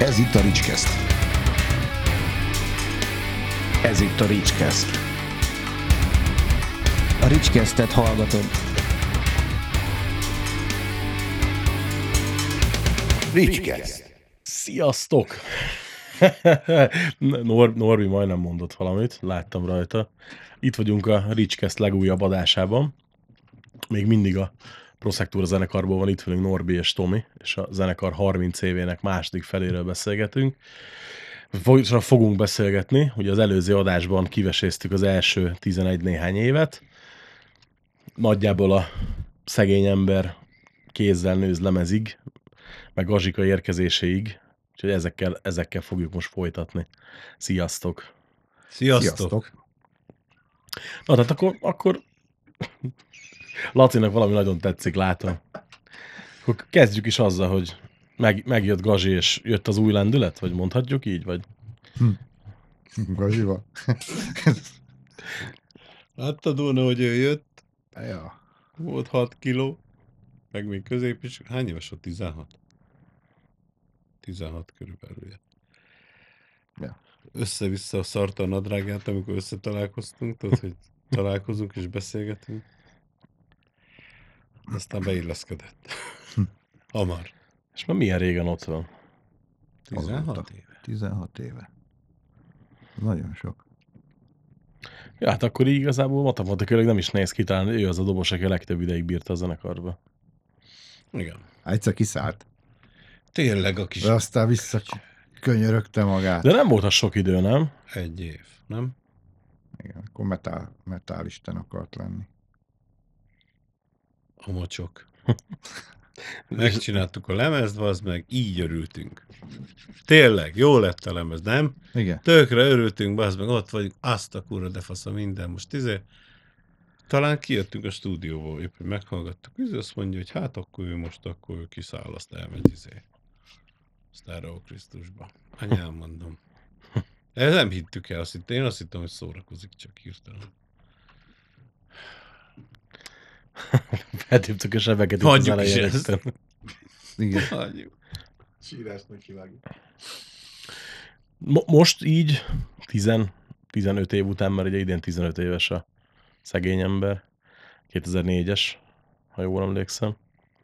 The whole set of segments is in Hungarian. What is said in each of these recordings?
Ez itt a Ricskeszt. Ez itt a Ricskeszt. A Ricskesztet hallgatod. Ricskeszt. Sziasztok! Norbi majdnem mondott valamit, láttam rajta. Itt vagyunk a Ricskeszt legújabb adásában. Még mindig a Proszektura zenekarból van itt velünk Norbi és Tomi, és a zenekar 30 évének második feléről beszélgetünk. Fogunk beszélgetni, ugye az előző adásban kiveséztük az első 11 néhány évet. Nagyjából a szegény ember kézzel nőz lemezig, meg Gazsika érkezéséig, úgyhogy ezekkel fogjuk most folytatni. Sziasztok! Sziasztok! Na, tehát akkor Lacinak valami nagyon tetszik, látom. Akkor kezdjük is azzal, hogy megjött Gazsi, és jött az új lendület, vagy mondhatjuk így, vagy? Gazsival? Láttad volna, hogy ő jött? Ja. Volt 6 kiló, meg még közép is. Hány éves volt? 16? 16 körülbelül. Ja. Össze-vissza szarta a nadrágát, amikor összetalálkoztunk, tudod, hogy találkozunk és beszélgetünk. Aztán beilleszkedett. Hamar. És már milyen régen ott van? 16 éve. 16 éve. Nagyon sok. Ja, hát akkor így igazából matematikailag nem is néz ki, talán ő az a dobos, aki a legtöbb ideig bírta a zenekarba. Igen. Egyszer kiszállt. Tényleg a kis De aztán visszakönyörögte magát. De nem volt az sok idő, nem? 1 év, nem? Igen, akkor metálisten akart lenni. A mocsok. Megcsináltuk a lemezt, az meg így örültünk. Tényleg, jó lett a lemez, nem? Igen. Tökre örültünk, bazd meg, ott vagyunk, azt a kurva de fasz a minden. Most talán kijöttünk a stúdióból, épp, hogy meghallgattuk, azt mondja, hogy hát akkor ő kiszáll, azt elmegy Sztára Krisztusba. Anyám, mondom. Ez nem hittük el, én azt hittem, hogy szórakozik csak hirtelen. Betéptük a sebeket itt az Hagyjuk is elején. ezt. Igen. Hagyjuk. Sírásnak kivágjuk. Most így 15 év után, mert ugye idén 15 éves a szegény ember. 2004-es, ha jól emlékszem.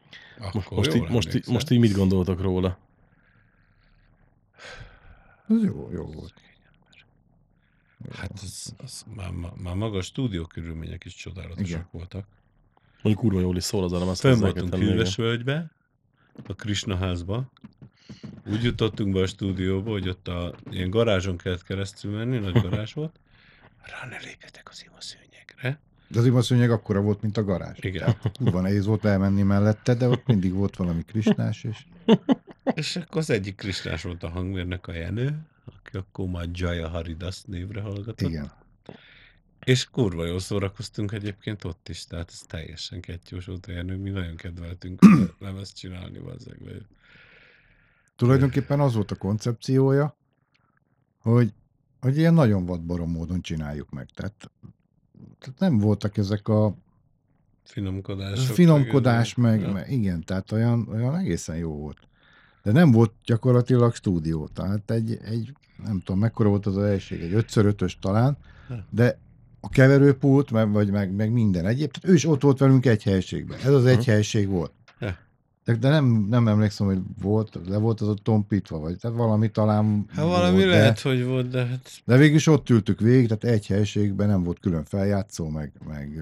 Most így mit gondoltok róla? Ez jó volt. Hát már maga a stúdió körülmények is csodálatosak Igen. voltak. Mondjuk kurva jól is szól az elem. Fönn voltunk Hűvösvölgybe, a Krisna házba. Úgy jutottunk be a stúdióba, hogy ott ilyen garázson kellett keresztül menni, nagy garázs volt. Rá ne lépjetek az imaszőnyegre. De az imaszőnyeg akkora volt, mint a garázs. Igen. Kurva nehéz volt elmenni mellette, de ott mindig volt valami krisnás, és... És akkor az egyik krisnás volt a hangmérnök, a Jenő, aki akkor már Jaya Haridas névre hallgatott. Igen. És kurva jól szórakoztunk egyébként ott is, tehát ez teljesen kettyós volt a Jenő, mi nagyon kedveltünk lemezt csinálni valószínűleg. Tulajdonképpen az volt a koncepciója, hogy ilyen nagyon vadbarom módon csináljuk meg. Tehát nem voltak ezek a finomkodás, meg igen, tehát olyan egészen jó volt. De nem volt gyakorlatilag stúdió, tehát egy nem tudom, mekkora volt az a helység, egy 5x5-ös talán, de a keverőpult, meg minden egyéb, tehát ő is ott volt velünk egy helységben. Ez az egy helység volt. De nem emlékszem, hogy le volt az ott tompítva, vagy tehát valami talán Hát valami volt, lehet, hogy volt, de hát... De végül is ott ültük végig, tehát egy helységben nem volt külön feljátszó, meg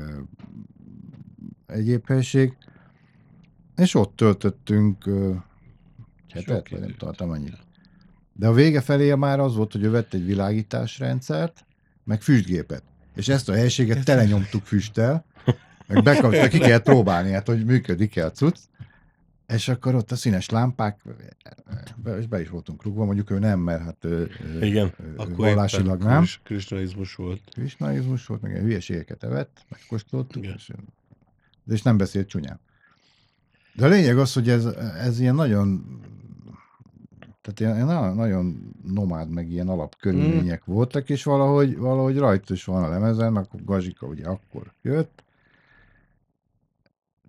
egyéb helység. És ott töltöttünk hetet, vagy nem tartom annyit. De a vége felé már az volt, hogy ő vett egy világításrendszert, meg füstgépet. És ezt a helységet telenyomtuk füsttel, meg ki kellett próbálni, hát hogy működik-e a cucc. És akkor ott a színes lámpák, és be is voltunk rúgva, mondjuk ő nem, mert hát igen. vallásilag nem. Krisnaizmus volt. Krisnaizmus volt, meg ilyen hülyeségeket evett, megkóstoltuk, és nem beszélt csúnyán. De a lényeg az, hogy ez ilyen nagyon, tehát ilyen nagyon nomád, meg ilyen alapkörülmények voltak, és valahogy rajta is van a lemezen, akkor Gazsika ugye akkor jött.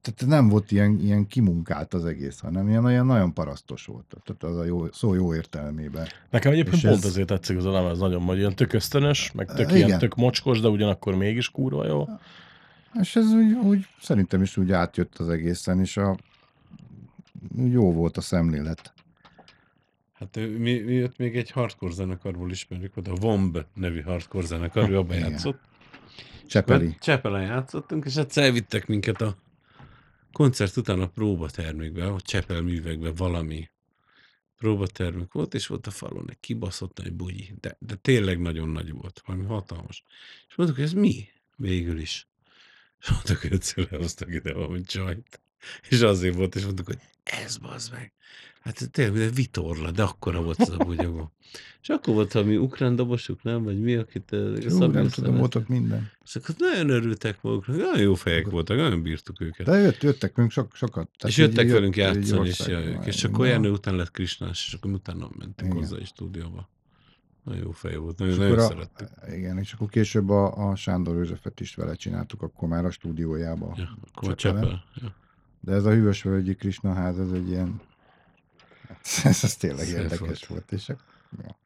tehát nem volt ilyen kimunkált az egész, hanem ilyen nagyon parasztos volt. Tehát az a jó, szó jó értelmében. Nekem egyébként És pont ez- ezért tetszik az a lemez nagyon, hogy ilyen tök ösztönös, meg tök Igen. ilyen tök mocskos, de ugyanakkor mégis kurva jó. És ez úgy szerintem is úgy átjött az egészen, és úgy jó volt a szemlélet. Hát mi ott még egy hardcore zenekarból ismerjük, ott a Vomb nevű hardcore zenekar, ő abban Igen. játszott. Csepeli. Csepelen játszottunk, és egyszer elvittek minket a koncert után a próbatermékbe, a Csepel művekbe valami próbatermék volt, és volt a falon egy kibaszott nagy bugyi, de tényleg nagyon nagy volt, valami hatalmas. És mondtuk, hogy ez mi? Végül is. És mondtuk, hogy egyszer lehoztak ide valami csajt. És azért volt, és mondtuk, hogy ez bazd meg. Hát tényleg, mint egy vitorla, de akkora volt az a bugyogó. És akkor volt valami ukrán dobosuk, nem? Vagy mi, akit Jó, nem tudom, voltak minden. és akkor nagyon örültek maguknak, nagyon jó fejek voltak, nagyon bírtuk őket. De jöttek velünk sokat. És Tehát jöttek így velünk jött egy játszani, és ország, jöjjük. És na. akkor Jenő után lett Krisnás, és akkor utána mentünk Igen. hozzá a stúdióba. Nagyon jó fej volt, És nagyon akkor szerettük. igen, és akkor később a Sándor Józsefet is vele csináltuk, akkor már a stúdiójába. Ja, akkor a Csepelen. Csepel. Ja. De ez a Hűvösvölgyi Krisna ház, ez egy ilyen... Ez tényleg Szép érdekes volt. És ja.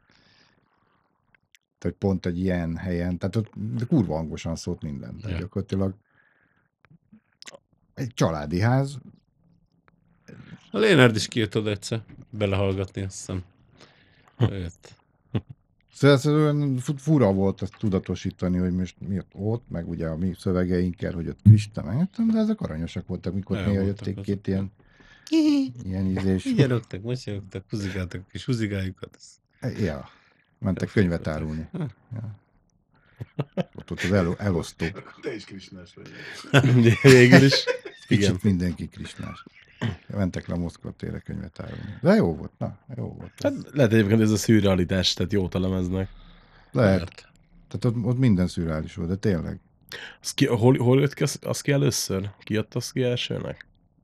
Tehát pont egy ilyen helyen, tehát ott de kurva hangosan szólt minden. Tehát Ja. gyakorlatilag egy családi ház. A Lénárd is kijött oda egyszer, belehallgatni, azt hiszem. Jött. Szóval ez olyan fura volt azt tudatosítani, hogy most mi ott, meg ugye a mi szövegeinkkel, hogy ott Krista, meg, de ezek aranyosak voltak, mikor Olyan néha voltak jötték azok, két ilyen ízés. Így rögtek, mosolyogtak, húzigáltak a kis húzigájukat. Ja, mentek könyvet árulni. Ja. Ott az elosztó. Te is Krisnás vagy. Végül is. Kicsit Igen. mindenki krisnás. Mentek le a Moszkva térre könyvet árulni. De jó volt, na, jó volt. Hát lehet egyébként ez a szürrealitás, tehát jót a lemeznek. Lehet. Tehát ott minden szürreális volt, de tényleg. Hol jött ki az ki először? Ki jött az ki elsőnek?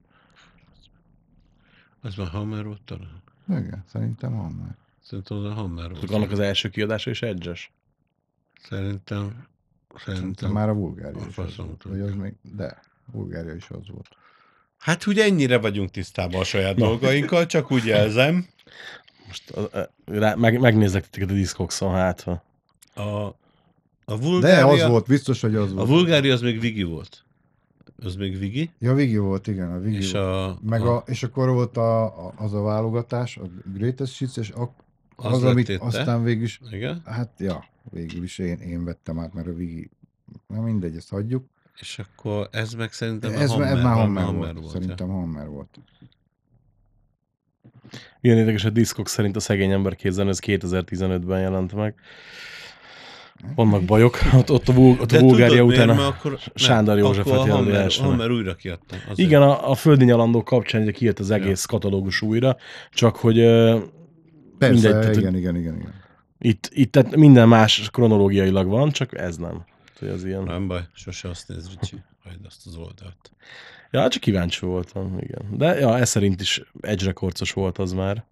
Az már Hammer volt talán. Igen, szerintem Hammer. Szerintem az a Hammer volt. Annak az első kiadása is edges. Szerintem Szerintem már a Bulgária a is az faszom volt. tudja. Vagy az még, de Bulgária is az volt. Hát ugye ennyire vagyunk tisztában a saját dolgainkkal, csak úgy jelzem. Most megnézek titeket a Discogson hátha. A Bulgária... De az volt, biztos, hogy az A volt. Bulgária az még Vigi volt. Az még Vigi. Ja, Vigi volt, igen, a Vigi És volt. És akkor volt az a válogatás, a Greatest Hits, és Az amit lettél te? aztán végül is, Igen. hát ja, végül is én vettem át, mert a Vigi, na mindegy, ezt hagyjuk. És akkor ez meg szerintem Ez a Hammer, már valami Hammer volt, ja. szerintem Hammer volt. Ilyen érdekes, a Discog szerint a Szegény ember kézzen ez 2015-ben jelent meg. Vannak bajok. Ott a Bulgária tudod, után miért? a Mert akkor, Sándor Józsefet jelöli a elsőnek. Hammer újra kiadta. Azért. Igen, a földi nyalandó kapcsán ugye kijött az egész katalógus újra, csak hogy Persze, tehát, igen. itt tehát minden más kronológiailag van, csak ez nem. Hogy az ilyen... Nem baj, sose azt néz, Ricsi, hagyd azt az oldalt. Ja, csak kíváncsi voltam, igen. De ja, ez szerint is Edge Recordsos volt az már.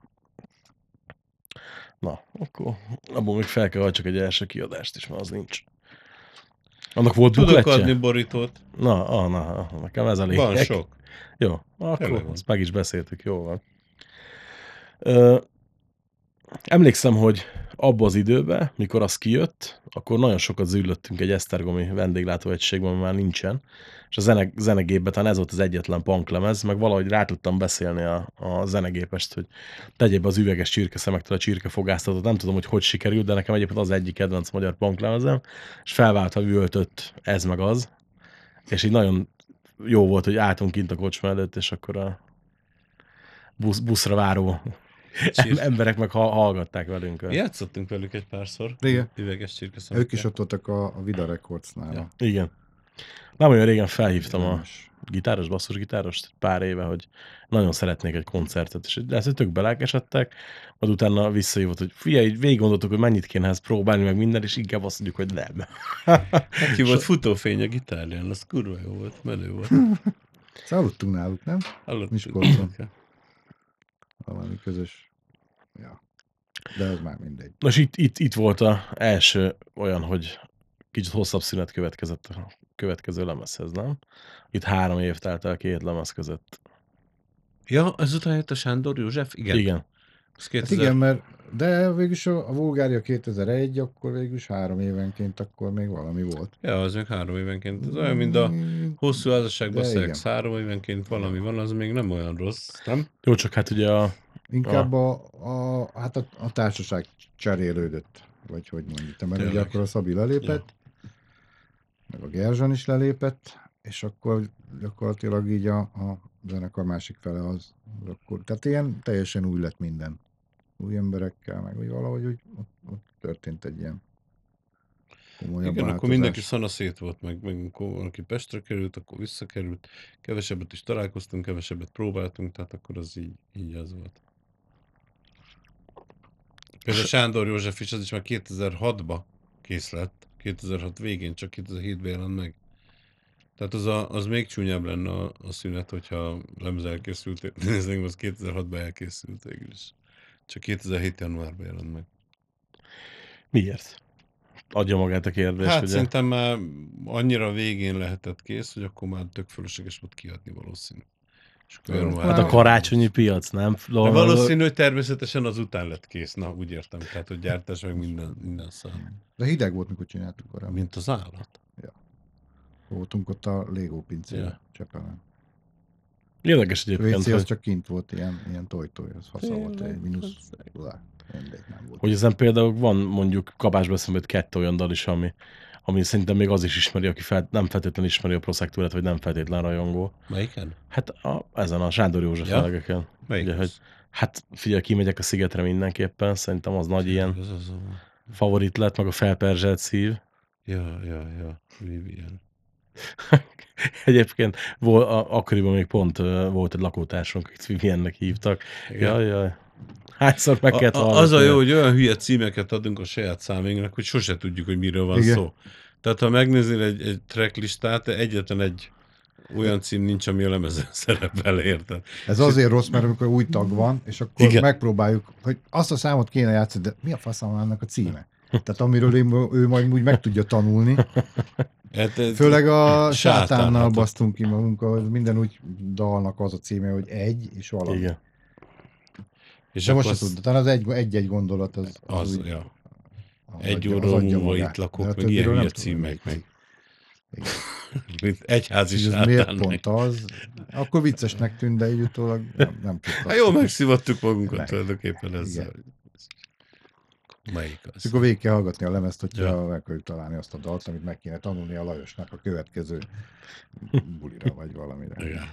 Na, akkor abból még fel kell csak egy első kiadást is, mert az nincs. Annak volt Tudok bukletje? adni borítót. Na, nekem ez a lényeg. Van sok. Jó, akkor Tényleg van. ezt meg is beszéltük, jó van. Emlékszem, hogy abban az időben, mikor az kijött, akkor nagyon sokat züllöttünk egy esztergomi vendéglátóegységben, már nincsen, és a zenegépben talán ez volt az egyetlen punklemez, meg valahogy rá tudtam beszélni a zenegépest, hogy tegyél be az üveges csirkeszemektől a csirkefogásztatót, nem tudom, hogy sikerült, de nekem egyébként az egyik kedvenc magyar punklemezem, és felváltva üvöltött ez meg az, és így nagyon jó volt, hogy álltunk kint a kocsma előtt, és akkor a buszra váró emberek meg hallgatták velünk. Játszottunk velük egy párszor. Igen. Üveges csirkeszemekkel. Ők is ott voltak a Vida Recordsnál. Ja. Igen. Nem olyan régen felhívtam a Érdemes. gitáros, basszusgitárost pár éve, hogy nagyon szeretnék egy koncertet, és de ezt tök belelkesedtek, majd utána visszajövött, hogy figyelj, végig gondoltuk, hogy mennyit kéne ezt próbálni, meg minden, és inkább azt mondjuk, hogy nem. Neki volt futófény a gitárján, az kurva jó volt, menő volt. Szóval aludtunk náluk, nem? Hallott? Miskolcon. Valami közös. Ja. De ez már mindegy. Nos, itt volt az első olyan, hogy kicsit hosszabb szünet következett a következő lemezhez, nem? Itt 3 év telt el 2 lemez között. Ja, ezután jött a Sándor József? Igen. Igen. Ez Hát 2000... igen, mert de végülis a Bulgária 2001, akkor végülis 3 évenként akkor még valami volt. Ja, az még 3 évenként. Ez olyan, mint a hosszú házasságban De szex. igen. 3 évenként valami van, az még nem olyan rossz, nem? Jó, csak hát ugye Inkább a társaság cserélődött, vagy hogy mondjuk. Mert ugye Tényleg. akkor a Szabi lelépett, meg a Gerzson is lelépett, és akkor gyakorlatilag így a zenekar másik fele az akkor. Tehát ilyen teljesen új lett minden. Új emberekkel, meg úgy valahogy úgy, ott történt egy ilyen komolyabb Igen, akkor változás. mindenki szanaszét volt, meg amikor valaki Pestre került, akkor visszakerült. Kevesebbet is találkoztunk, kevesebbet próbáltunk, tehát akkor az így az volt. Például Sándor József is, az is már 2006-ba kész lett. 2006 végén, csak 2007-ben jelent meg. Tehát az még csúnyább lenne a szünet, hogyha lemez elkészült. Nézzük, az 2006-ban elkészült végül is. Csak 2007 januárban jelent meg. miért? Adja magát a kérdés, Hát ugye? szerintem már annyira végén lehetett kész, hogy akkor már tök fölösleges volt kiadni valószínű. És akkor januárban- Hát a karácsonyi piac, nem? De valószínű, hogy természetesen az után lett kész. Na, úgy értem. Tehát, hogy gyártás meg minden szám. De hideg volt, mikor csináltuk korábban. Mint az állat. Voltunk ott a Lego pincében, Ja. Csepelen. Érdekes A egyébként, WC az hogy, csak kint volt, ilyen toj-toj, az fasza volt, Tényleg, egy mínusz. bazzeg. Mindegy, nem volt. hogy ezen például van mondjuk kabásba eszembe 2 olyan dal is, ami szerintem még az is ismeri, aki nem feltétlenül ismeri a Prosektúrát, vagy nem feltétlen rajongó. Melyiken? Hát ezen a Sándor József Ja? felegeken. Melyik Ugye, az? hogy hát figyelj, kimegyek a szigetre mindenképpen, szerintem az nagy ilyen Az. favorit lett, meg a felperzselt szív. Ja. Vivian. Egyébként akkoriban még pont volt egy lakótársunk, akit Viviennek hívtak. Jaj. Hányszor meg kellett hallgatni. Az a jó, hogy olyan hülye címeket adunk a saját számunknak, hogy sose tudjuk, hogy miről van Igen. szó. Tehát ha megnéznél egy tracklistát, egyetlen egy olyan cím nincs, ami a lemezen szerepel, érted? Ez azért rossz, mert amikor új tag van, és akkor Igen. megpróbáljuk, hogy azt a számot kéne játszani, de mi a faszom annak a címe? Tehát amiről ő majd úgy meg tudja tanulni. Hát, Főleg a Sátán, sátánnal hát. basztunk ki magunkkal, minden úgy dalnak az a címe, hogy egy és valami. Igen. és De most akkor se tudod, talán az egy gondolat az, úgy, ja. az Egy adja- óra az adja múlva magát. itt lakok, De a meg ilyen többiről hülye nem tudom, címek melyik. meg. Mint egyházi És ez miért sátán. pont az? Akkor viccesnek tűnt, de így utólag nem tudtam. Hát jól megszivattuk magunkat Meg. tulajdonképpen ezzel. Igen. Melyik És az? akkor végig kell hallgatni a lemezt, hogyha Ja. meg akarjuk találni azt a dalt, amit meg kéne tanulni a Lajosnak a következő bulira, vagy valamire. Igen.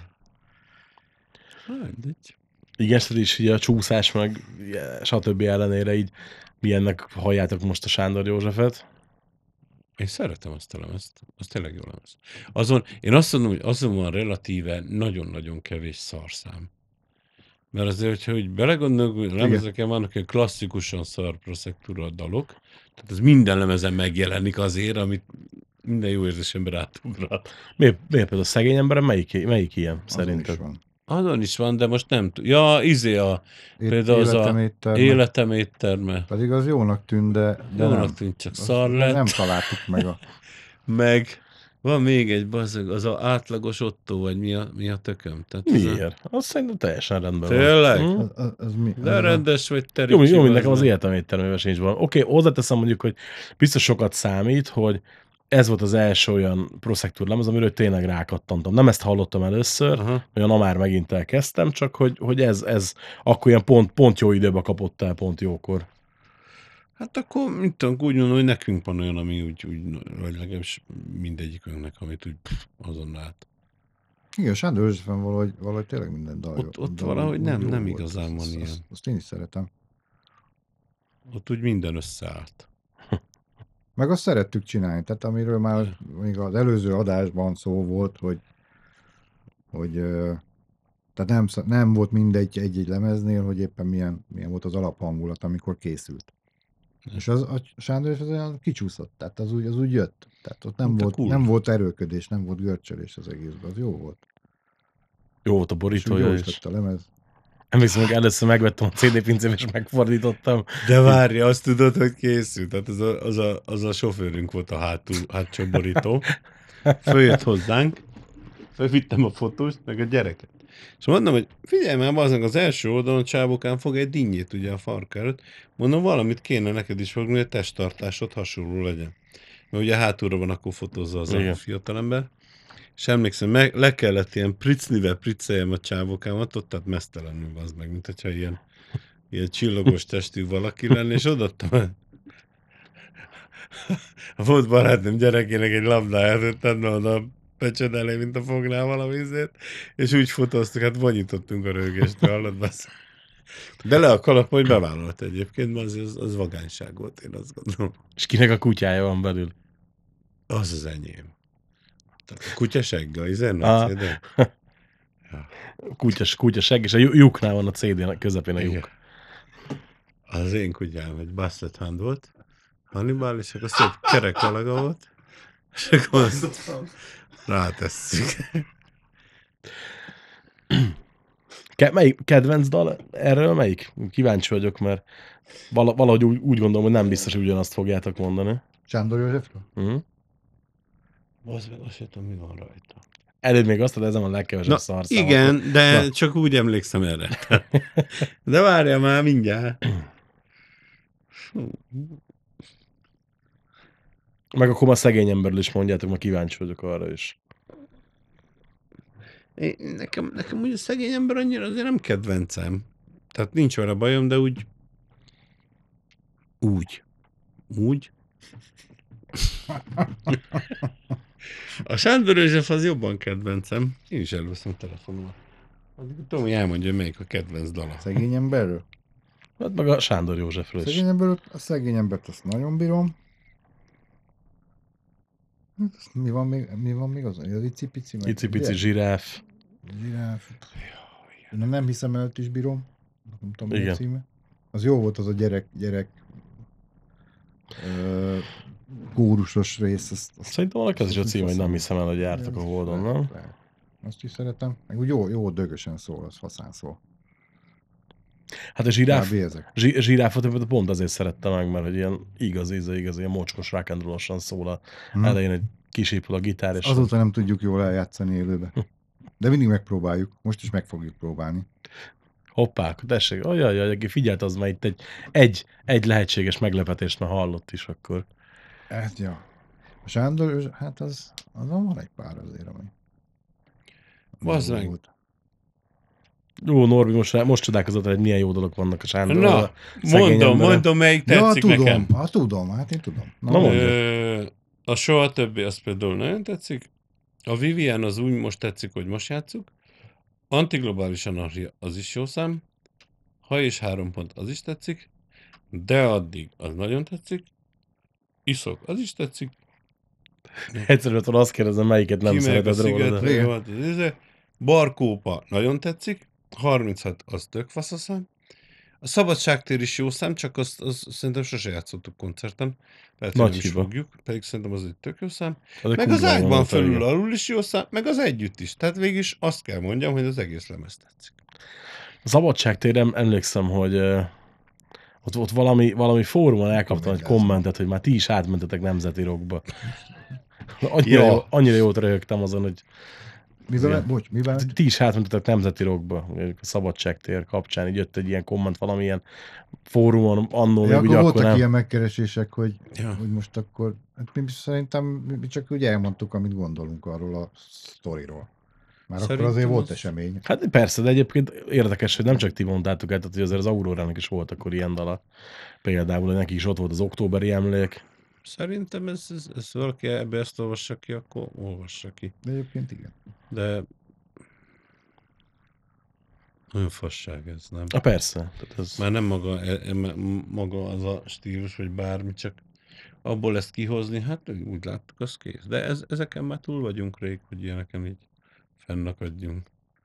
Mindegy. Igen, és így a csúszás, meg stb. Ellenére így milyennek halljátok most a Sándor Józsefet? Én szeretem azt a lemezt. Az tényleg jó lemez. Azon, én azt mondom, hogy azon van relatíve nagyon-nagyon kevés szarszám. Mert azért, hogyha úgy belegondolok, hogy lemezeken vannak olyan klasszikusan szar Prosektúra dalok, tehát ez minden lemezen megjelenik azért, amit minden jó érzésember átugrat. Miért például a szegény emberen melyik ilyen Azon is szerinted? van. Azon is van, de most nem tudom. Ja, például az Életem a étterme. Életem étterme. Pedig az jónak tűnt, de Jónak nem. tűnt, csak Azt szar lett. Nem találtuk meg a... Meg van még egy bazzeg, az a átlagos Otto, vagy mi a tököm? Tehát ez a- Miért? Azt szerintem teljesen rendben van. Tényleg? Hm? Az mi? De Az rendes vagy te, Jó, Ricsi, mint vagy nekem az nem? életem éttermében sincs van. Oké, hozzáteszem mondjuk, hogy biztos sokat számít, hogy ez volt az első olyan Prosektúr lemez, amiről tényleg rákattantam. Nem ezt hallottam először, Aha. olyan már megint elkezdtem, csak hogy ez akkor ilyen pont jó időben kapott el, pont jókor. Hát akkor, mit tudom, úgy mondom, hogy nekünk van olyan, ami úgy vagy legalábbis mindegyikünknek, amit úgy azonnal át. Igen, Sándor Józsefen valahogy tényleg minden dal. Ott dal valahogy jó nem volt. igazán van ilyen. Azt én is szeretem. Ott úgy minden összeállt. Meg azt szerettük csinálni, tehát amiről már még az előző adásban szó volt, hogy tehát nem volt mindegy egy lemeznél, hogy éppen milyen volt az alaphangulat, amikor készült. És a Sándor az olyan kicsúszott, tehát az úgy jött. Tehát ott nem volt erőködés, nem volt görcsölés az egészben, az jó volt. Jó volt a És úgy borítója jó is. is lett a lemez. Emlékszem, hogy először megvettem a CD pincém, és megfordítottam. De várja, azt tudod, hogy készült. Tehát az a sofőrünk volt a hátsó borító. följött hozzánk, felvittem a fotóst, meg a gyereket. És mondom, hogy figyelj már, bazdmeg, az első oldalon Csábokán fog egy dinnyét ugye a farka előtt. Mondom, valamit kéne neked is fogni, hogy a testtartásod hasonló legyen. Mert ugye hátulra van, akkor fotózza az a fiatalember. És emlékszem, le kellett ilyen pricnivel pricceljem a Csábokámat, ott tehát mesztelenül az meg, mint hogyha ilyen csillagos testű valaki lenne, és odaadtam volt barátnőm gyerekének egy labdáját, tenne oda a pecsed elé, mint a fognál valamizét, és úgy fotóztuk, hát vanyítottunk a rögéstől, hallod, bassz. De le a kalap, hogy bevállalt egyébként, mert az vagányság volt, én azt gondolom. És kinek a kutyája van belül? Az enyém. Tehát a kutyasegge, az én Ah. a CD. Kutyasegg, és a lyuknál van a CD közepén a lyuk. Igen. Az én kutyám egy Basset Hound volt, Hannibal, és akkor szép kerek alaga volt, és akkor azt rátesszük. Melyik kedvenc dal erről melyik? Kíváncsi vagyok, mert valahogy úgy gondolom, hogy nem biztos, hogy ugyanazt fogjátok mondani. Sándor Józsefről? Uh-huh. Az meg azt sem tudom, mi van rajta. Előbb még azt, hogy ezen a legkevesebb szarszám. Igen, de csak úgy emlékszem erre. De várjál már mindjárt. Meg akkor a szegény emberről is mondjátok, mert kíváncsi vagyok arra is. Nekem úgy a szegény ember annyira azért nem kedvencem. Tehát nincs vele bajom, de úgy. A Sándor József az jobban kedvencem. Én is elveszem a telefonomat. Tomi elmondja, melyik a kedvenc dala. Szegény emberről? Hát meg a Sándor Józsefről is. A szegény embert azt nagyon bírom. Mi van még az? Az icipici? Icipici zsiráf. Zsiráf. Nem hiszem el, is bírom. Nem tudom, mi a Igen. címe. Az jó volt az a gyerek kórusos rész. Azt Szerintem valaki az is a cím, hogy nem hiszem el, hogy jártak a Holdon, nem? Azt is szeretem. Meg úgy jó dögösen szól, az faszán szól. Hát a zsiráfot pont azért szerettem meg, mert hogy ilyen igazi, ilyen mocskos rock and roll-osan szól a elején egy kisépül a gitár. És azóta nem tudjuk jól eljátszani élőbe. De mindig megpróbáljuk. Most is meg fogjuk próbálni. Hoppá, tessék, aki figyelt, az már itt egy lehetséges meglepetést már hallott is akkor. Hát, ja. A Sándor, hát azon van egy pár azért, ami... Bazd meg. Jó, Norbi, most csodálkozott, hogy milyen jó dolog vannak a Sándorral. Na, mondom, melyik tetszik nekem. Tudom, hát én tudom. A Soha többé, az például nagyon tetszik. A Vivian az úgy most tetszik, hogy most játsszuk. Antiglobális anarchia, az is jó szám. Ha és 3 pont, az is tetszik. De addig, az nagyon tetszik. Iszok, az is tetszik. Egyszerűen azt kérdezem, melyiket nem szereted róla. Barkópa nagyon tetszik. 36 az tök fasz a szám. A Szabadságtér is jó szám, csak azt szerintem sose játszottuk koncerten. Lehet, hogy nem is fogjuk, pedig szerintem az egy tök jó szám. Meg az Ágban felül alul is jó szám, meg az Együtt is. Tehát végig is azt kell mondjam, hogy az egész lemez tetszik. A Szabadságtéren emlékszem, hogy ott valami fórumon elkaptam egy kommentet, hogy már ti is átmentetek nemzeti rockba. Annyira jót röhögtem azon, hogy mivel? Ti is átmentetek nemzeti rockba, a Szabadságtér kapcsán, így jött egy ilyen komment valamilyen fórumon, annól még ugye voltak nem... ilyen megkeresések, hogy most akkor, hát mi szerintem mi csak úgy elmondtuk, amit gondolunk arról a sztoriról. Már szerintem akkor azért volt esemény. Hát persze, de egyébként érdekes, hogy nem csak ti mondtátok el, tehát hogy azért az Aurórának is volt akkor ilyen dala. Például, hogy neki is ott volt az októberi emlék. Szerintem ez valaki ebbe ezt olvassa ki, akkor olvassa ki. De egyébként igen. De nagyon fasság ez, nem? Persze. Ez... Már nem maga az a stílus, vagy bármi, csak abból ezt kihozni, hát úgy láttuk, az kész. De ezeken már túl vagyunk rég, hogy ilyeneken így fennakadjunk.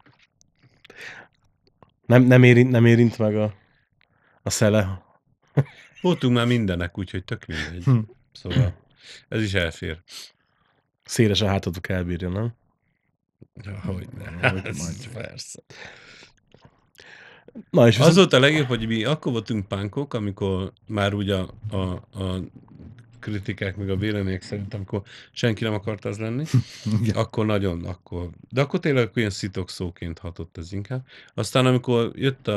Nem érint meg a szele. Voltunk már mindenek, úgyhogy tök mindegy. Szóval ez is elfér. Széles a hátatok elbírja, nem? Hogyne. Persze. Na, és az volt a legjobb, hogy mi akkor voltunk pánkok, amikor már ugye a kritikák, meg a vélemények szerint, amikor senki nem akart az lenni, Igen. akkor nagyon, de akkor tényleg olyan szitokszóként hatott ez inkább. Aztán amikor jött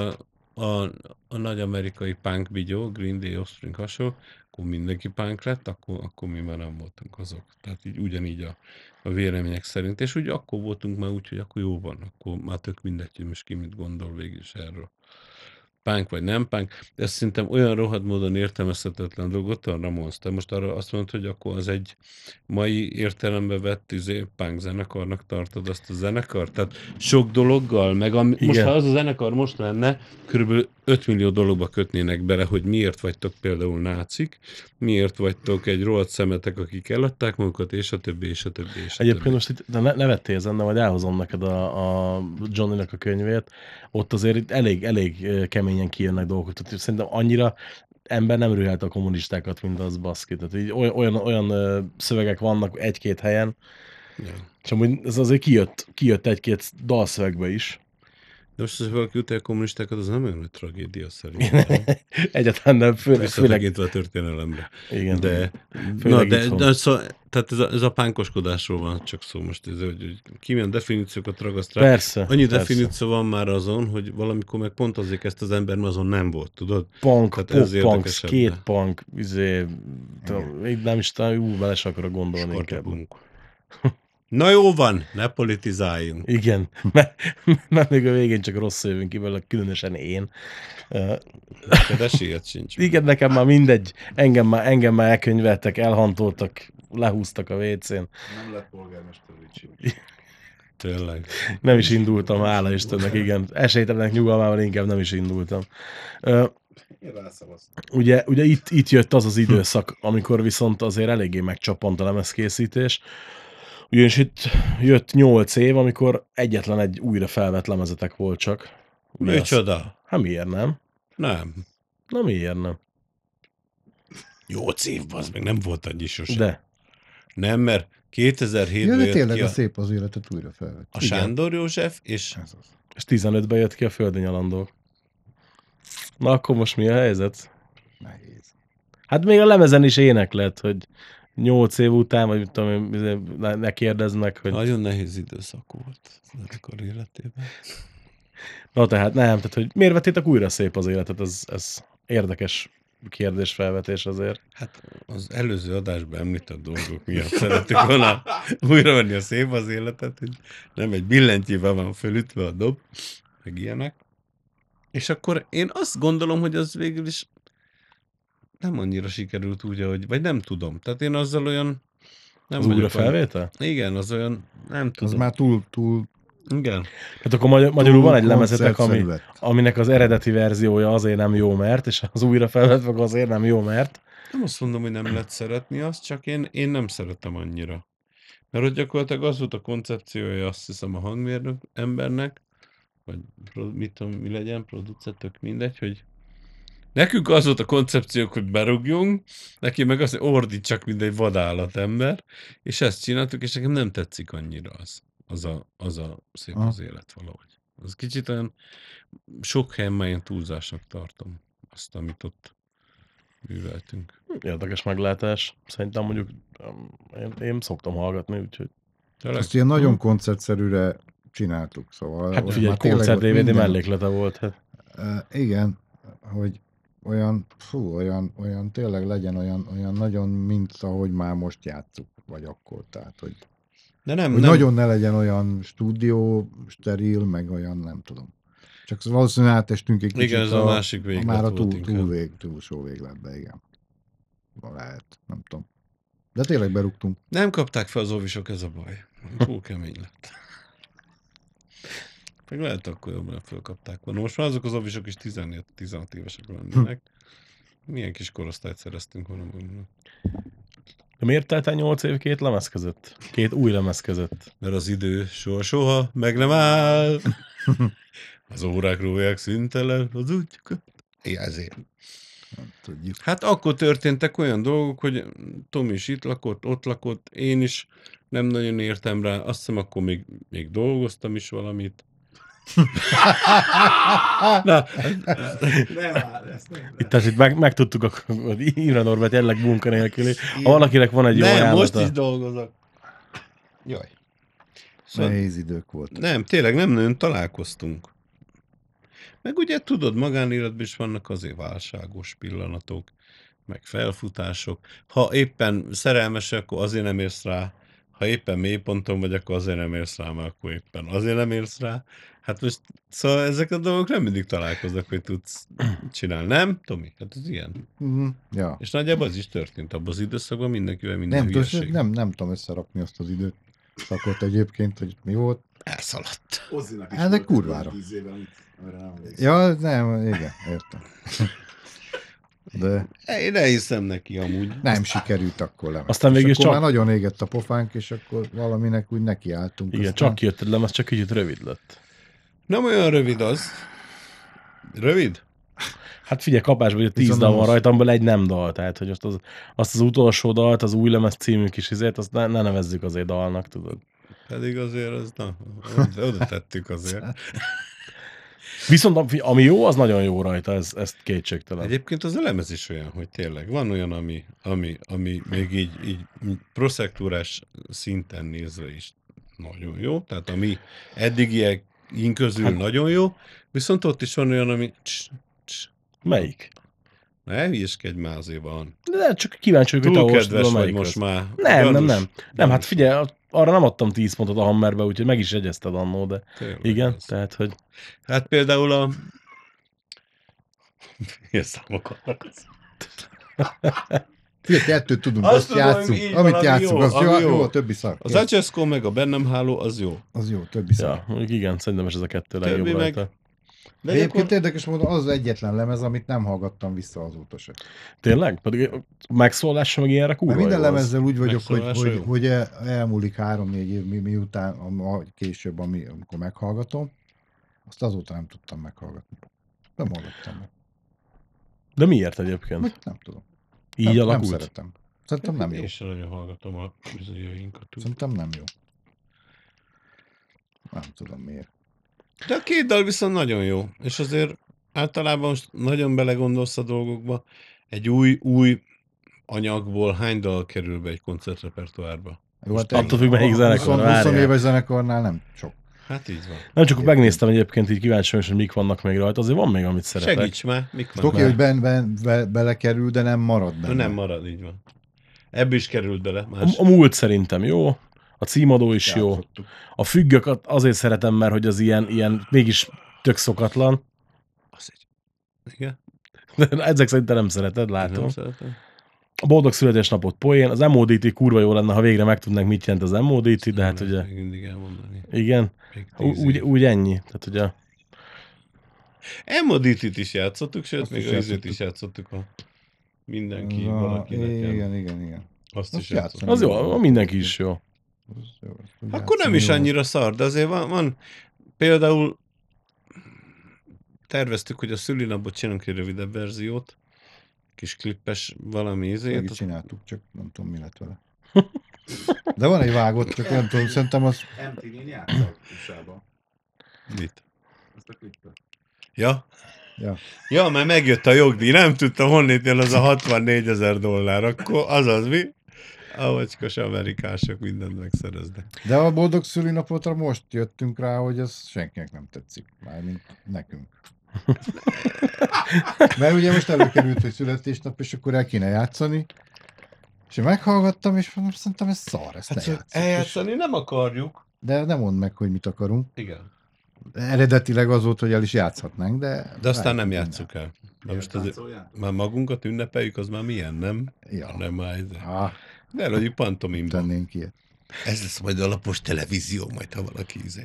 a nagy amerikai punk vigyó, Green Day, Offspring hasonló, akkor mindenki punk lett, akkor mi már nem voltunk azok. Tehát így ugyanígy a vélemények szerint. És úgy akkor voltunk már úgy, hogy akkor jó van, akkor már tök mindegy, hogy most ki mit gondol végül is erről. Punk vagy nem punk, de ez szerintem olyan rohadt módon értelmezhetetlen dolog, ott van Ramones. Te most arra azt mondod, hogy akkor az egy mai értelembe vett punk zenekarnak tartod azt a zenekart? Tehát sok dologgal, meg most ha az a zenekar most lenne, körülbelül 5 millió dologba kötnének bele, hogy miért vagytok például nácik, miért vagytok egy rohadt szemetek, akik eladták magukat, és a többi, és a többi, és a Egyébként többi. most itt ne vettél ezen, de majd elhozom neked a Johnnynak a könyvét. Ott azért itt elég keményen kijönnek dolgok. Tehát szerintem annyira ember nem rühelte a kommunistákat, mint az baszki. Tehát így olyan szövegek vannak egy-két helyen, Ja. és amúgy ez azért kijött egy-két dalszövegbe is. De most, hogy valaki utálja a kommunistákat, az nem olyan nagy tragédia szerintem. Egyáltalán nem, főleg Visszatekintve a történelemre. igen. De, Főleg na, itthon. de szóval, tehát ez a pánkoskodásról van csak szó most, hogy ki milyen definíciókat ragaszt rá. Persze. Annyi persze. definíció van már azon, hogy valamikor meg pont azért ezt az ember, mert azon nem volt, tudod? Punk, Tehát ez pop-punk, érdekesebb, skate-punk, még nem is tudom, bele sem akarok gondolni inkább. Skartapunk. Na jó van, ne politizáljunk. Igen, mert még a végén csak rossz jövünk ki belőle, különösen én. Neked esélyed sincs. Igen, nekem már mindegy, engem már elkönyveltek, elhantoltak, lehúztak a WC-n. Nem lett polgármester Ricsi. Tényleg. Nem is indultam, hála Istennek, igen. Esélytelenek nyugalmával inkább nem is indultam. Én rászavaztam. Ugye itt jött az az időszak, amikor viszont azért eléggé megcsapant a lemezkészítés. Ugyanis itt jött 8 év, amikor egyetlen egy újra felvett lemezetek volt csak. Ugye Micsoda? Hát miért nem? Nem. Na miért nem? 8 év, az meg nem volt annyi sosem. De. Nem, mert 2007-ben Ja, de jött tényleg ki a szép az életet újra felvett. a Sándor József, és Ez az. És 15-ben jött ki a Földi Nyalandók. Na akkor most mi a helyzet? Nehéz. Hát még a lemezen is éneklett, hogy 8 év után, vagy tudom, én, ne kérdeznek, hogy... nagyon nehéz időszak volt a zenekar életében. Na tehát nem, tehát hogy miért vettétek újra szép az életet? Ez érdekes kérdésfelvetés azért. Hát az előző adásban említett dolgok miatt szerettük volna újra venni a szép az életet, hogy nem egy billentyűvel van fölütve a dob, meg ilyenek. És akkor én azt gondolom, hogy az végül is nem annyira sikerült úgy, ahogy, vagy nem tudom. Tehát én azzal olyan... Nem Az vagyok újra olyan- felvétel? Igen, az olyan, nem Az tudom. már túl Igen. Hát akkor magyarul van egy lemezetek, koncertszerű lett. aminek az eredeti verziója azért nem jó, mert, és az újra felvetve azért nem jó, mert. Nem azt mondom, hogy nem lehet szeretni azt, csak én nem szeretem annyira. Mert hogy gyakorlatilag az volt a koncepciója, azt hiszem, a hangmérnök embernek, vagy mit tudom, mi legyen, producer, tök mindegy, hogy nekünk az volt a koncepciók, hogy berugjunk, neki meg az, hogy ordítsak, mint egy vadállatember, és ezt csináltuk, és nekem nem tetszik annyira az a szép Aha. az élet valahogy. Az kicsit olyan sok helyen már ilyen túlzásnak tartom azt, amit ott műveltünk. Érdekes meglátás. Szerintem mondjuk én szoktam hallgatni, úgyhogy. Tényleg? Azt ilyen nagyon koncertszerűre csináltuk, szóval... Hát ott figyelj, már tényleg koncert ott DVD minden- melléklete volt. Hát. Igen, hogy olyan tényleg legyen olyan nagyon, mint ahogy már most játszuk, vagy akkor, tehát, hogy De nem, hogy nem. nagyon ne legyen olyan stúdió, steril, meg olyan, nem tudom. Csak valószínűleg átestünk egy kicsit Igen, ez a másik véglet már a volt inkább. túlsó végletbe, igen. Lehet, nem tudom. De tényleg berúgtunk. Nem kapták fel az óvisok, ez a baj. Túl kemény lett. Meg lehet akkor jobban fölkapták volna. Most már azok az óvisok is 16 évesek lennének. Milyen kis korosztályt szereztünk volna magunknak. De miért telt el 8 év 2 lemez között? 2 új lemez között. Mert az idő soha meg nem áll. Az órák róják szüntelen az útjukat. Ja, ezért. Nem tudjuk. Hát akkor történtek olyan dolgok, hogy Tomi is itt lakott, ott lakott, én is nem nagyon értem rá, azt hiszem akkor még dolgoztam is valamit. Na, Itt megtudtuk, hogy Imre Norbert jelenleg munkanélküli. Ha valakinek van egy jó nem, ajánlata. most is dolgozok. Jaj. Szóval, Nehéz idők volt. nem, tényleg nem nagyon találkoztunk. Meg ugye tudod, magánéletben is vannak azért válságos pillanatok, meg felfutások. Ha éppen szerelmes, akkor azért nem érsz rá. Ha éppen mélyponton vagy, akkor azért nem érsz rá, mert akkor éppen azért nem érsz rá. Hát most, szóval ezek a dolgok nem mindig találkoznak, hogy tudsz csinálni. Nem, Tomi? Hát ez ilyen. Ja. És nagyjából az is történt abban az időszakban, mindenkivel minden Nem, hülyeség. nem tudom összerakni azt az időt. Szakot egyébként, hogy mi volt. Elszaladt. Ozzinak is Hát de volt kurvára. 10 éve, amire nem emlékszem. Ja, nem, igen, értem. De Én elhiszem neki amúgy. nem sikerült akkor lemez. Aztán És végül akkor csak- már nagyon égett a pofánk, és akkor valaminek úgy nekiálltunk. Igen, aztán... csak kijött egy lemez, csak kicsit rövid lett. Nem olyan rövid az. Rövid? Hát figyelj, kapásban ugye 10 Viszont dal nem van az. rajta, amiből egy nem dal. Tehát, hogy azt az utolsó dalt, az új lemez című kis izét, azt ne nevezzük azért dalnak, tudod. Pedig azért az, na, oda tettük azért. Viszont ami jó, az nagyon jó rajta, ez kétségtelen. Egyébként az a lemez is olyan, hogy tényleg van olyan, ami még így proszektúrás szinten nézve is nagyon jó, tehát ami eddigiek közül nagyon jó, viszont ott is van olyan, ami Melyik? ne hülyeskedj már, azért van. De csak kíváncsi vagyok, hogy Túl te kedves vagy melyik most az. már. Nem. Nem, Gyanús. hát figyelj, arra nem adtam 10 pontot a Hammerbe, úgyhogy meg is jegyezted annó, de Tényleg igen, az. tehát, hogy Hát például a... Milyen számok vannak az? Figyelj, kettőt tudunk, Azt azt tudom, játszunk. így van, Amit ami játszunk, jó, az ami jó, jó. jó, a többi szar. Az Acesco meg a Bennem Háló, az jó. Az jó, többi szar. ja, mondjuk igen, szerintem is ez a kettő legjobb Többi meg- rajta. De Egyébként érdekes módon az az egyetlen lemez, amit nem hallgattam vissza azóta se. Tényleg? Pedig megszólása meg ilyenre kurva Mert minden jó az. lemezzel úgy vagyok, Megszólalása jó. hogy elmúlik 3-4 év miután, később, amikor meghallgatom, azt azóta nem tudtam meghallgatni. Nem hallgattam meg. De miért egyébként? Vagy nem tudom. Így nem alakult? szeretem. Szerintem nem jó. Én sem nagyon hallgatom a bizonyainkat. Szerintem nem jó. Nem tudom miért. De a két dal viszont nagyon jó. És azért általában most nagyon belegondolsz a dolgokba, egy új anyagból hány dal kerül be egy koncertrepertoárba? Jó, hát attól függ, melyik zenekar, 20 várjál. éves zenekarnál nem sok. Hát így van. Nem csak megnéztem egyébként, így kíváncsi vagyok, hogy mik vannak még rajta, azért van még, amit szeretek. Segíts már, mik Oké, vannak? hogy belekerül, de nem marad benne. Nem marad, így van. Ebből is került bele. Más. A múlt szerintem jó, a címadó is jó. Játszottuk. A függök azért szeretem, mert hogy az ilyen mégis tök szokatlan. Az egy... Igen? De ezek szerintem nem szereted, látom. Nem szeretem. A boldog születésnapot poén, az MODT kurva jó lenne, ha végre megtudnánk, mit jelent az MODT, de hát Nem ugye, lehet még mindig elmondani. igen, Még 10 év. úgy ennyi. Tehát ugye, Emodit-it is játszottuk, sőt, Azt még is a izét játszottuk. is játszottuk a mindenki, Az a- valakinek. Igen. Azt Azt is játszottuk. az jó, mindenki is jó. Az jó, azt tud Akkor nem játszani is jól. annyira szar, de azért van például terveztük, hogy a szülinapot csinálunk egy rövidebb verziót, kis klippes valami Meg izét. is csináltuk, csak nem tudom, mi lett vele. De van egy vágott, csak nem tudom, szerintem az... MTV-n játszott USA-ban. Mit? Ezt a klippet. Ja? Ja. Ja, mert megjött a jogdíj, nem tudtam, honnét jön az a $64,000, akkor azaz mi? A vacskos amerikások mindent megszereznek. De a boldog szülinapotra most jöttünk rá, hogy ez senkinek nem tetszik. Mármint nekünk. Mert ugye most előkerült, hogy születésnap, és akkor el kéne játszani. És én meghallgattam, és mondom, szerintem ez szar, ezt ne játsszuk. Eljátszani nem akarjuk. De nem mondd meg, hogy mit akarunk. Igen. Eredetileg az volt, hogy el is játszhatnánk, de... De aztán nem várjuk, játsszuk el. Na Miért most azért, táncoljátok? már magunkat ünnepeljük, az már milyen, nem? Ja. Nem már ez. Ah, De elhagyjuk pantomimban. tennénk ilyet. Ez lesz majd a lapos televízió, majd ha valaki izé.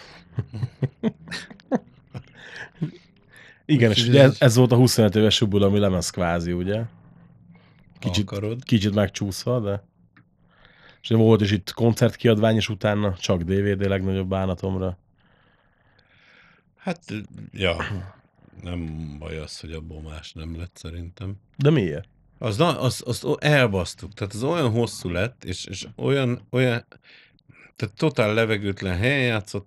Igen, és Úgyhogy ugye ez- ez volt a 25 éves subul, ami lemez kvázi, ugye? Akarod. Kicsit megcsúszva, de... És volt is itt koncertkiadvány, és utána csak DVD legnagyobb bánatomra. Hát, ja, nem baj az, hogy abból más nem lett szerintem. De miért? Azt elbasztuk, tehát az olyan hosszú lett, és olyan, tehát totál levegőtlen helyen játszottunk,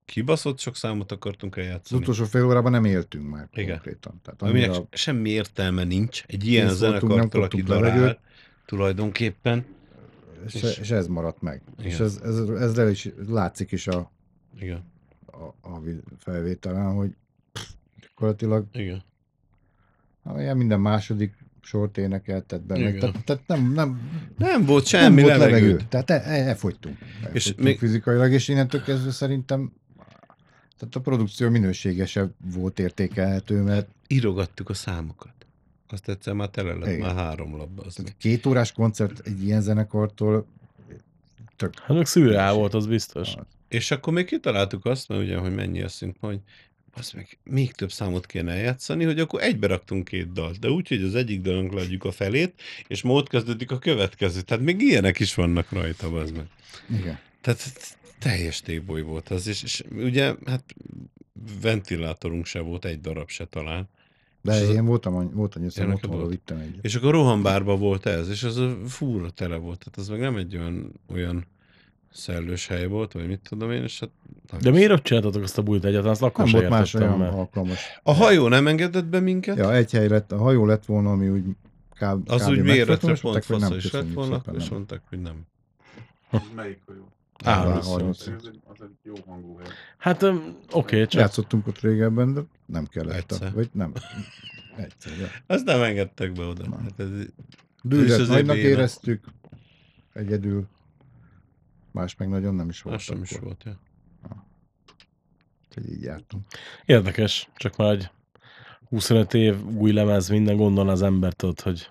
kibaszott sok számot akartunk Az eljátszani. utolsó fél órában nem éltünk már Igen. konkrétan. Tehát Aminek annyira semmi értelme nincs. Egy ilyen kész voltunk, nem zenekartól, aki kaptunk darál, levegőt. tulajdonképpen. és ez maradt meg. Igen. És ez le is látszik is a Igen. felvételen, hogy gyakorlatilag Igen. ilyen minden második sort énekeltet benne. Igen. Tehát nem Nem volt nem semmi volt levegő. levegő. Tehát elfogytunk. Elfogytunk még- fizikailag, és innentől kezdve szerintem tehát a produkció minőségesebb volt értékelhető, mert Írogattuk a számokat. Azt egyszer már tele lett, Igen. már 3 labba. Az tehát 2 órás koncert egy ilyen zenekartól tök. Hát meg szürreál volt, az biztos. És akkor még kitaláltuk azt, mert ugye, hogy mennyi eszünk, hogy azt meg még több számot kéne eljátszani, hogy akkor egybe raktunk 2 dalt, de úgy, hogy az egyik dalunk adjuk a felét, és ma ott kezdődik a következő. Tehát még ilyenek is vannak rajta, az meg. Igen. Tehát teljes téboly volt az, és ugye, hát ventilátorunk se volt, egy darab se talán. De És az- én volt annyi szem, Ilyenek otthonról volt. vittem egyet. És akkor rohambárba volt ez, és az a fúra tele volt. Tehát az meg nem egy olyan szellős hely volt, vagy mit tudom én, és hát... De miért ott csináltatok azt a bulit egyáltalán? Azt akkor Nem sem volt más értettem, olyan mert... alkalmas. A hajó nem engedett be minket? Ja, egy hely lett, a hajó lett volna, ami úgy Az kb. úgy méretre megfelelő, pont és mondták, hogy fasza nem, is lett köszönjük volna, szépen, és nem. mondták, hogy nem. Ez melyik hajó? Árusz. Árusz. Az egy jó hangú hely. Hát oké, csak Játszottunk ott régebben, de nem kellett. Egyszer. Vagy nem. Egyszer, ja. Azt nem engedtek be oda. Nem. Hát ez, Dűret azért nagynak béna. éreztük, egyedül. Más meg nagyon nem is volt. az sem is akkor. volt, ja. Úgyhogy így jártunk. érdekes, csak már egy 25 év új lemez, minden gondolna az embert ott, hogy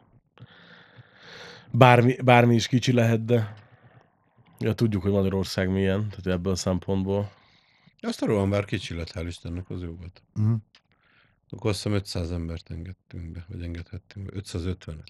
bármi is kicsi lehet, de ja, tudjuk, hogy Magyarország milyen, tehát ebből a szempontból. Azt a rohambár kicsi lett, hál' Istennek, az jó volt. Uh-huh. Akkor azt hiszem 500 embert engedtünk be, vagy engedhettünk be. 550-et.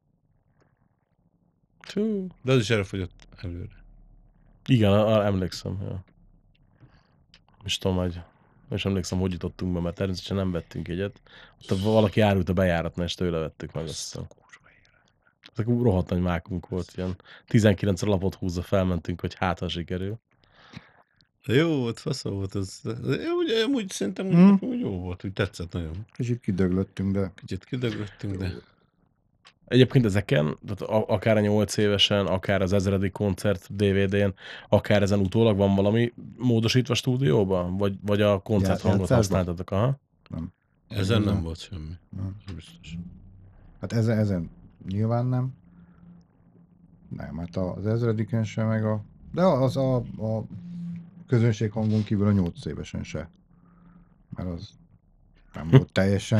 Csú. De az is elfogyott előre. Igen, emlékszem. Ja. És tudom, hogy és emlékszem, hogy jutottunk be, mert természetesen nem vettünk egyet. Ott valaki árult a bejáratnál, és tőle vettük meg, azt hiszem. Ezek rohadt nagy mákunk volt, ilyen 19 lapot húzza, felmentünk, hogy hát, ha sikerül. Jó volt, fasza volt az. Úgy szerintem úgy jó volt, úgy tetszett nagyon. Kicsit kidöglöttünk, de Kicsit kidöglöttünk, de... Egyébként ezeken, tehát akár a 8 évesen, akár az 1000. koncert DVD-n, akár ezen utólag van valami módosítva stúdióban? Vagy a koncerthangot Játszásban? használtatok? Aha. Ezen nem volt semmi. Nem. Ez biztos. hát ezen nyilván nem. Nem, hát az 1000-en sem, meg de az a közönség hangon kívül a 8 évesen se. Mert az nem volt teljesen.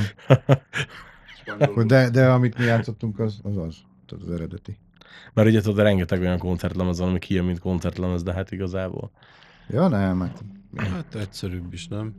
De amit mi játszottunk, az. Tehát az eredeti. Mert ugye tudod, rengeteg olyan koncertlemez van, ami kijön, mint koncertlemez, de hát igazából. Ja, nem, hát Hát egyszerűbb is, nem?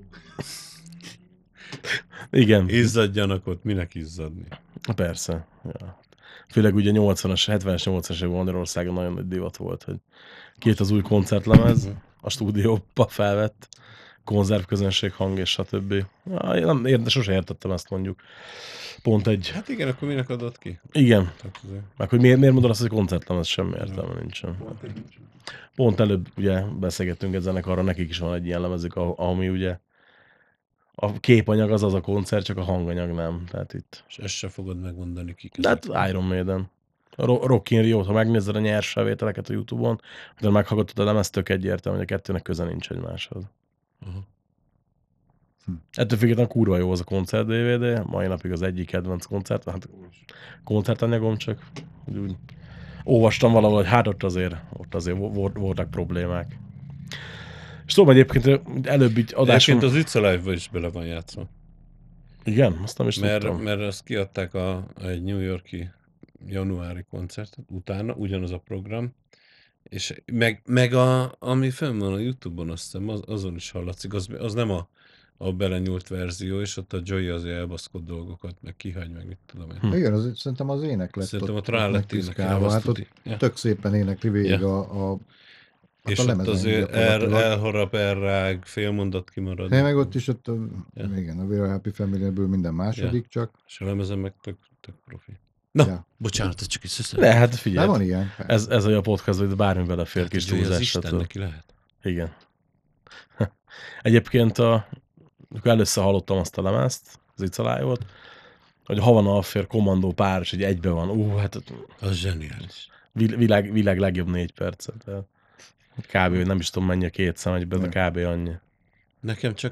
Igen, Izzadjanak ott, minek izzadni? persze. Ja. Főleg ugye 80-as, 70-es, 80-as években Magyarországon nagyon nagy divat volt, hogy kijött az új koncertlemez, a stúdióba felvett, konzervközönség hang és stb. Sose értettem ezt mondjuk. Pont egy... Hát igen, akkor minek adott ki? Igen, Tehát azért- meg hogy miért mondod azt, hogy koncertlemez, semmi értelme nincsen. Pont előbb ugye beszélgettünk egy zenekarra, nekik is van egy ilyen lemezük, ami ugye a képanyag az a koncert, csak a hanganyag nem. Tehát itt... És ezt se fogod megmondani kik De ezek. hát Iron Maiden. A Rock in Rio-t, ha megnézed a nyers felvételeket a Youtube-on, de meghallgatod a lemez, tök egyértelmű, hogy a kettőnek köze nincs egymáshoz. Aha. Ettől függetlenül kurva jó az a koncert DVD, mai napig az egyik kedvenc koncert, hát koncertanyagom, csak úgy olvastam valahol, hogy hát ott azért voltak problémák. És tudom egyébként, előbb így adáson... Egyébként az It's Alive-ba is bele van játszva. Igen, azt nem is tudtam. Mert azt kiadták egy New York-i januári koncertet utána, ugyanaz a program, és meg ami fenn van a Youtube-on, azt hiszem, azon is hallatszik, az nem a belenyúlt verzió, és ott a Joey azért elbaszkod dolgokat, meg kihagy, meg mit tudom én. igen, szerintem az ének lett Szerintem ott rá lett megpiszkálva. énekelve, Hát ott ja. tök szépen énekli végig Ja. hát És a ott lemezen azért gyakorlatilag. elharap, elrág, fél mondat kimarad. Meg ott is ott Ja. igen, a Vera Happy Family-ből minden második csak. És a lemezen meg tök profi. Na, Ja. bocsánat, ez csak is össze. Ne, hát De figyelj, van ilyen. ez olyan podcast, hogy bármi belefér Hát, kis hogy az túlzás. Isten tehát- neki lehet. Igen. Egyébként amikor először hallottam azt a lemezt, az Icalájot, hogy a Havana Affair Commando páros, hogy egybe van. Hát Az zseniális. világ legjobb 4 percet. Tehát kb. Nem is tudom mennyi a 2 szám egyben, de kb. Annyi. Nekem csak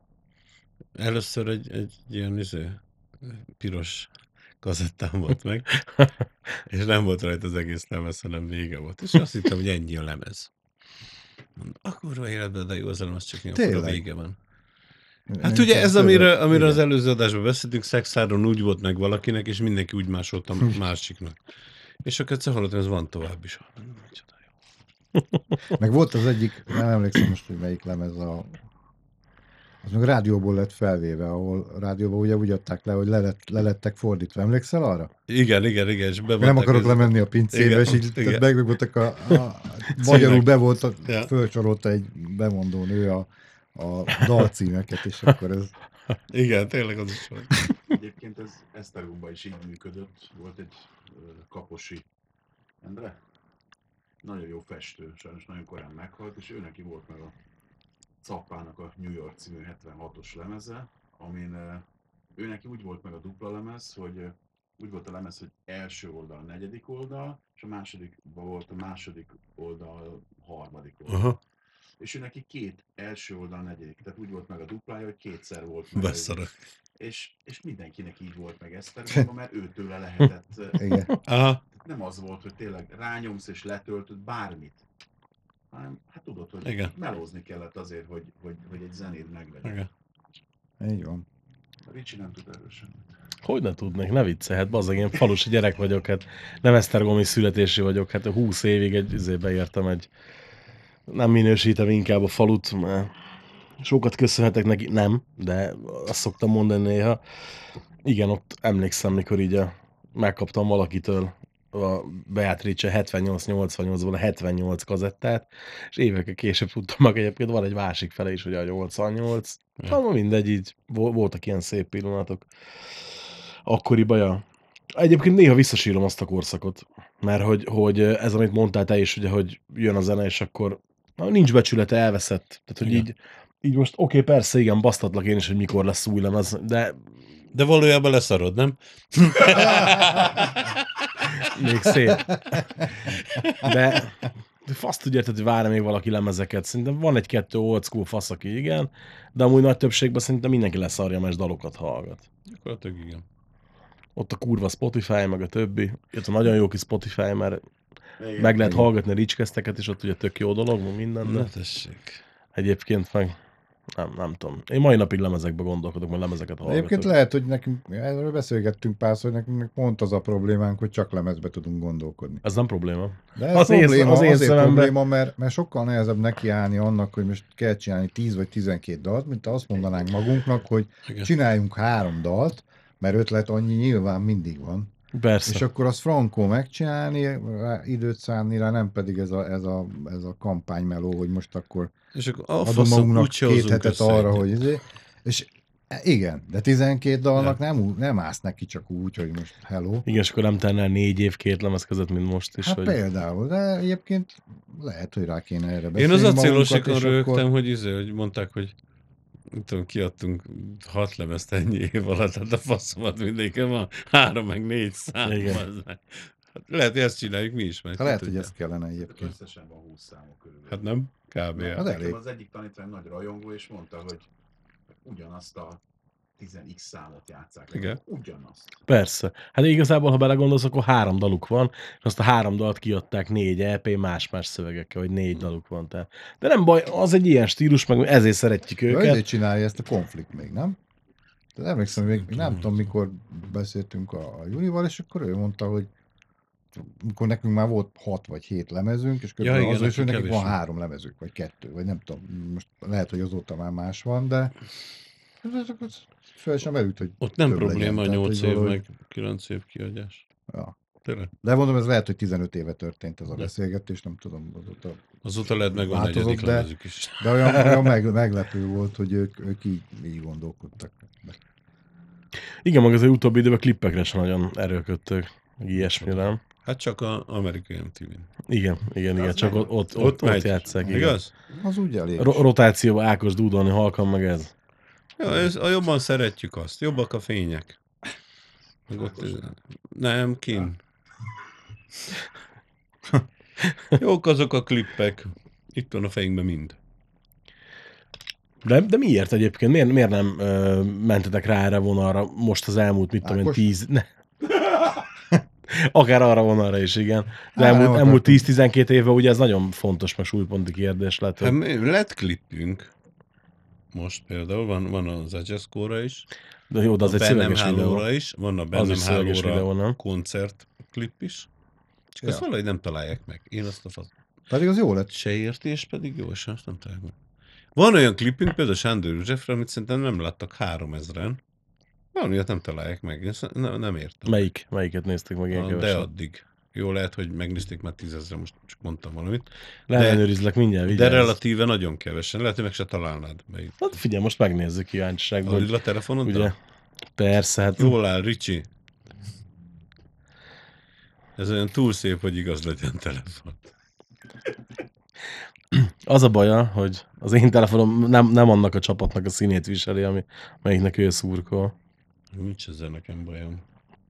először egy ilyen piros kazettám volt meg, és nem volt rajta az egész lemez, hanem vége volt. És azt hittem, hogy ennyi a lemez. Mondom, akkor életben, de jó az lemez, csak akkor a Tényleg. vége van. Hát ugye ez, amiről az előző adásban beszéltünk, Szexáron úgy volt meg valakinek, és mindenki úgy másolta másiknak. És akkor egyszer hallottam, ez van tovább is. Micsoda jó. Meg volt az egyik, nem emlékszem most, hogy melyik lemez az meg rádióból lett felvéve, ahol rádióban ugye úgy adták le, hogy le lettek fordítva. Emlékszel arra? Igen, és be Nem akarok lemenni a pincébe, Igen, és így igen. megvoltak magyarul be volt, Ja. fölsorolta egy bemondó nő a dalcímeket, és akkor ez... Igen, tényleg az is volt. Egyébként ez Esztergomban is így működött. Volt egy Kaposi Endre, nagyon jó festő, sajnos nagyon korán meghalt, és ő neki volt meg a Cappának a New York című 76-os lemeze, amin ő neki úgy volt meg a dupla lemez, hogy úgy volt a lemez, hogy első oldal, negyedik oldal, és a másodikban volt a második oldal, harmadik oldal. Aha. És ő neki 2 első oldal, negyedik, tehát úgy volt meg a duplája, hogy 2-szer volt meg. Beszarok. És mindenkinek így volt meg Esztergomban, mert őtőle lehetett. Igen. Aha. Nem az volt, hogy tényleg rányomsz és letöltöd bármit, hanem hát tudod, hogy Igen. melózni kellett azért, hogy egy zenéd meglegyen. Igen. Így van. A Ricsi nem tud erősen. Hogy ne tudnék, ne viccelj, hát bazzeg, én falusi gyerek vagyok, hát nem esztergomi születési vagyok, hát 20 évig beértem egy, nem minősítem inkább a falut, mert sokat köszönhetek neki, nem, de azt szoktam mondani néha. Igen, ott emlékszem, mikor így megkaptam valakitől a Beatrice 78-88-ból a 78 kazettát, és évekkel később tudtam meg, egyébként van egy másik fele is, ugye a 88. Ja. Mindegy, így voltak ilyen szép pillanatok. Akkoriban, ja. Egyébként néha visszasírom azt a korszakot, mert hogy ez, amit mondtál te is, ugye, hogy jön a zene, és akkor nincs becsülete, elveszett. Tehát, hogy így most oké, persze, igen, basztatlak én is, hogy mikor lesz új lemez, De valójában leszarod, nem? még szép. De fasz tudja, hogy várja még valaki lemezeket. Szerintem van egy-kettő old school fasz, aki igen, de amúgy nagy többségben szerintem mindenki leszarja, mert dalokat hallgat. Gyakorlatilag igen. Ott a kurva Spotify, meg a többi. Itt a nagyon jó kis Spotify, mert Igen, meg lehet hallgatni a Ricskeszteket, és ott ugye tök jó dolog, meg minden, de Na tessék. egyébként meg nem tudom. Én mai napig lemezekbe gondolkodok, mert lemezeket hallgatok. Egyébként lehet, hogy nekünk, erről beszélgettünk párszor, hogy nekünk pont az a problémánk, hogy csak lemezbe tudunk gondolkodni. Ez nem probléma. De ez Az én- probléma, az én azért szememben- probléma, mert sokkal nehezebb nekiállni annak, hogy most kell csinálni 10 vagy 12 dalt, mint azt mondanánk magunknak, hogy Igen. csináljunk 3 dalt, mert ötlet annyi nyilván mindig van. Persze. És akkor azt frankó megcsinálni, időt szánni rá, nem pedig ez a kampánymeló, hogy most akkor És akkor a adom faszom, magunknak úgyse 2 hozunk hetet össze arra, egyet. hogy és igen, de 12 dalnak nem állsz neki csak úgy, hogy most hello. Igen, és akkor nem tenne 4 év 2 lemez között, mint most is. Hát hogy... például, de egyébként lehet, hogy rá kéne erre Én beszélni az magunkat, acélosikon és rögtem, akkor- hogy mondták, hogy nem tudom, kiadtunk 6 lemezt ennyi év alatt, hát a faszomat mindegyikön van 3 meg 4 szám. Igen. bazzeg. Hát lehet, hogy ezt csináljuk mi is meg. Hát lehet, ki hogy tudja. ez kellene egyébként. Összesen van 20 számok körül. Hát nem? Kb. Hát Ja. elég. Nekem az egyik tanítvány nagy rajongó, és mondta, hogy ugyanazt a 10x számot játsszák. Igen. Ugyanazt. Persze. Hát igazából, ha belegondolsz, akkor 3 daluk van, és azt a 3 dalt kiadták 4 EP más-más szövegekkel, vagy 4 daluk van. Tehát. De nem baj, az egy ilyen stílus, meg ezért szeretjük őket. Ezért csinálja ezt a konflikt még, nem? De emlékszem, még nem tudom, mikor beszéltünk a Júlival, és akkor ő mondta, hogy amikor nekünk már volt 6 vagy 7 lemezünk, és Ja, közben igen, az, és hogy nekik nekik van kevés. 3 lemezük, vagy 2, vagy nem tudom, most lehet, hogy azóta már más van, de fel sem merült, hogy Ott nem több probléma a legyen, 8 tehát, év, hogy meg 9 év kiadás. Ja. Tényleg. De mondom, ez lehet, hogy 15 éve történt ez a De. beszélgetés, nem tudom, azóta. Azóta lehet meg a Változott, negyedik de- lemezük is. De olyan meglepő volt, hogy ők így gondolkodtak. Igen, meg az utóbbi időben klippekre sem nagyon erőködtök, meg ilyesmire. Hát csak az amerikai MTV-n. Igen, Az csak megy. ott megy. játsszák, igen. Igaz? Az úgy elég. Rotációba Ákos dúdolni halkan meg ez. Ja, a jobban szeretjük azt. Jobbak a fények. Meg ott, nem, kin. Jók azok a klippek. Itt van a fejünkben mind. De miért egyébként? Miért nem mentetek rá erre vonalra most az elmúlt, mit tudom én, Ákos? 10... Ne. Akár arra vonalra is, igen. De Nem elmúlt akartunk. 10-12 évben ugye ez nagyon fontos, meg súlyponti kérdés lett. Hát Hogy... lett klippünk. Most például van az Agyaszkóra is. De jó, de az A egy Bennem szöveges videó. Hálóra is. Van a Az Bennem is szöveges videó, Hálóra nem? koncert klip is. Csak Ja. azt valahogy nem találják meg. Én azt a fasz. Pedig az jó lett. Se érti, és pedig jó, és azt nem találják meg. Van olyan klipünk, például Sándor Józsefre, amit szerintem nem láttak 3000-en. Valamiért nem találják meg. Én nem értem. Melyiket nézték meg ilyen De kevesen? addig. Jó, lehet, hogy megnézték már 10 000-re, most csak mondtam valamit. Leellenőrizlek mindjárt, De vigyázz. relatíve nagyon kevesen. Lehet, hogy meg se találnád. Melyik. Hát figyelj, most megnézzük kíváncsiságban. Addig a telefonodra? Ugye? Persze, hát Jól áll, Ricsi. Ez olyan túl szép, hogy igaz legyen telefon. az a baja, hogy az én telefonom nem annak a csapatnak a színét viseli, melyiknek ő szurkol. Nincs ezzel nekem bajom.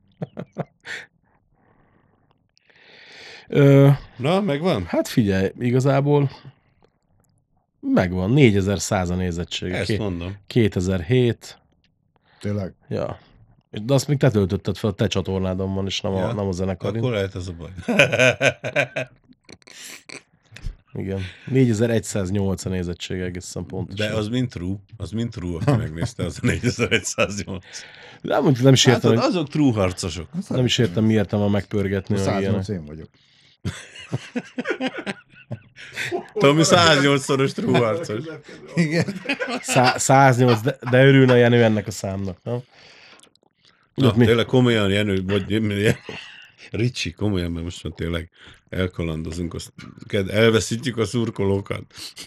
Na, megvan? Hát figyelj, igazából megvan, 4100 a nézettség. Ezt mondom. 2007. Tényleg. Ja. De azt még te töltötted fel, a te csatornádon van, és nem a zenekarin. Akkor lehet ez a baj. Igen. 4108 a nézettség egészen pontosan. De az mind true, aki megnézte, az a 4108. De mondjuk nem is értem, Hát hogy, azok true harcosok. nem is értem, miért van megpörgetni, meg ilyenek. 108 én vagyok. Tomi 108-szoros true harcos. Igen. 108, de örülne Jenő ennek a számnak, nem? Na, mi? tényleg komolyan, Jenő, vagy Ricsi, komolyan, mert most már tényleg elkalandozunk, elveszítjük a szurkolókat.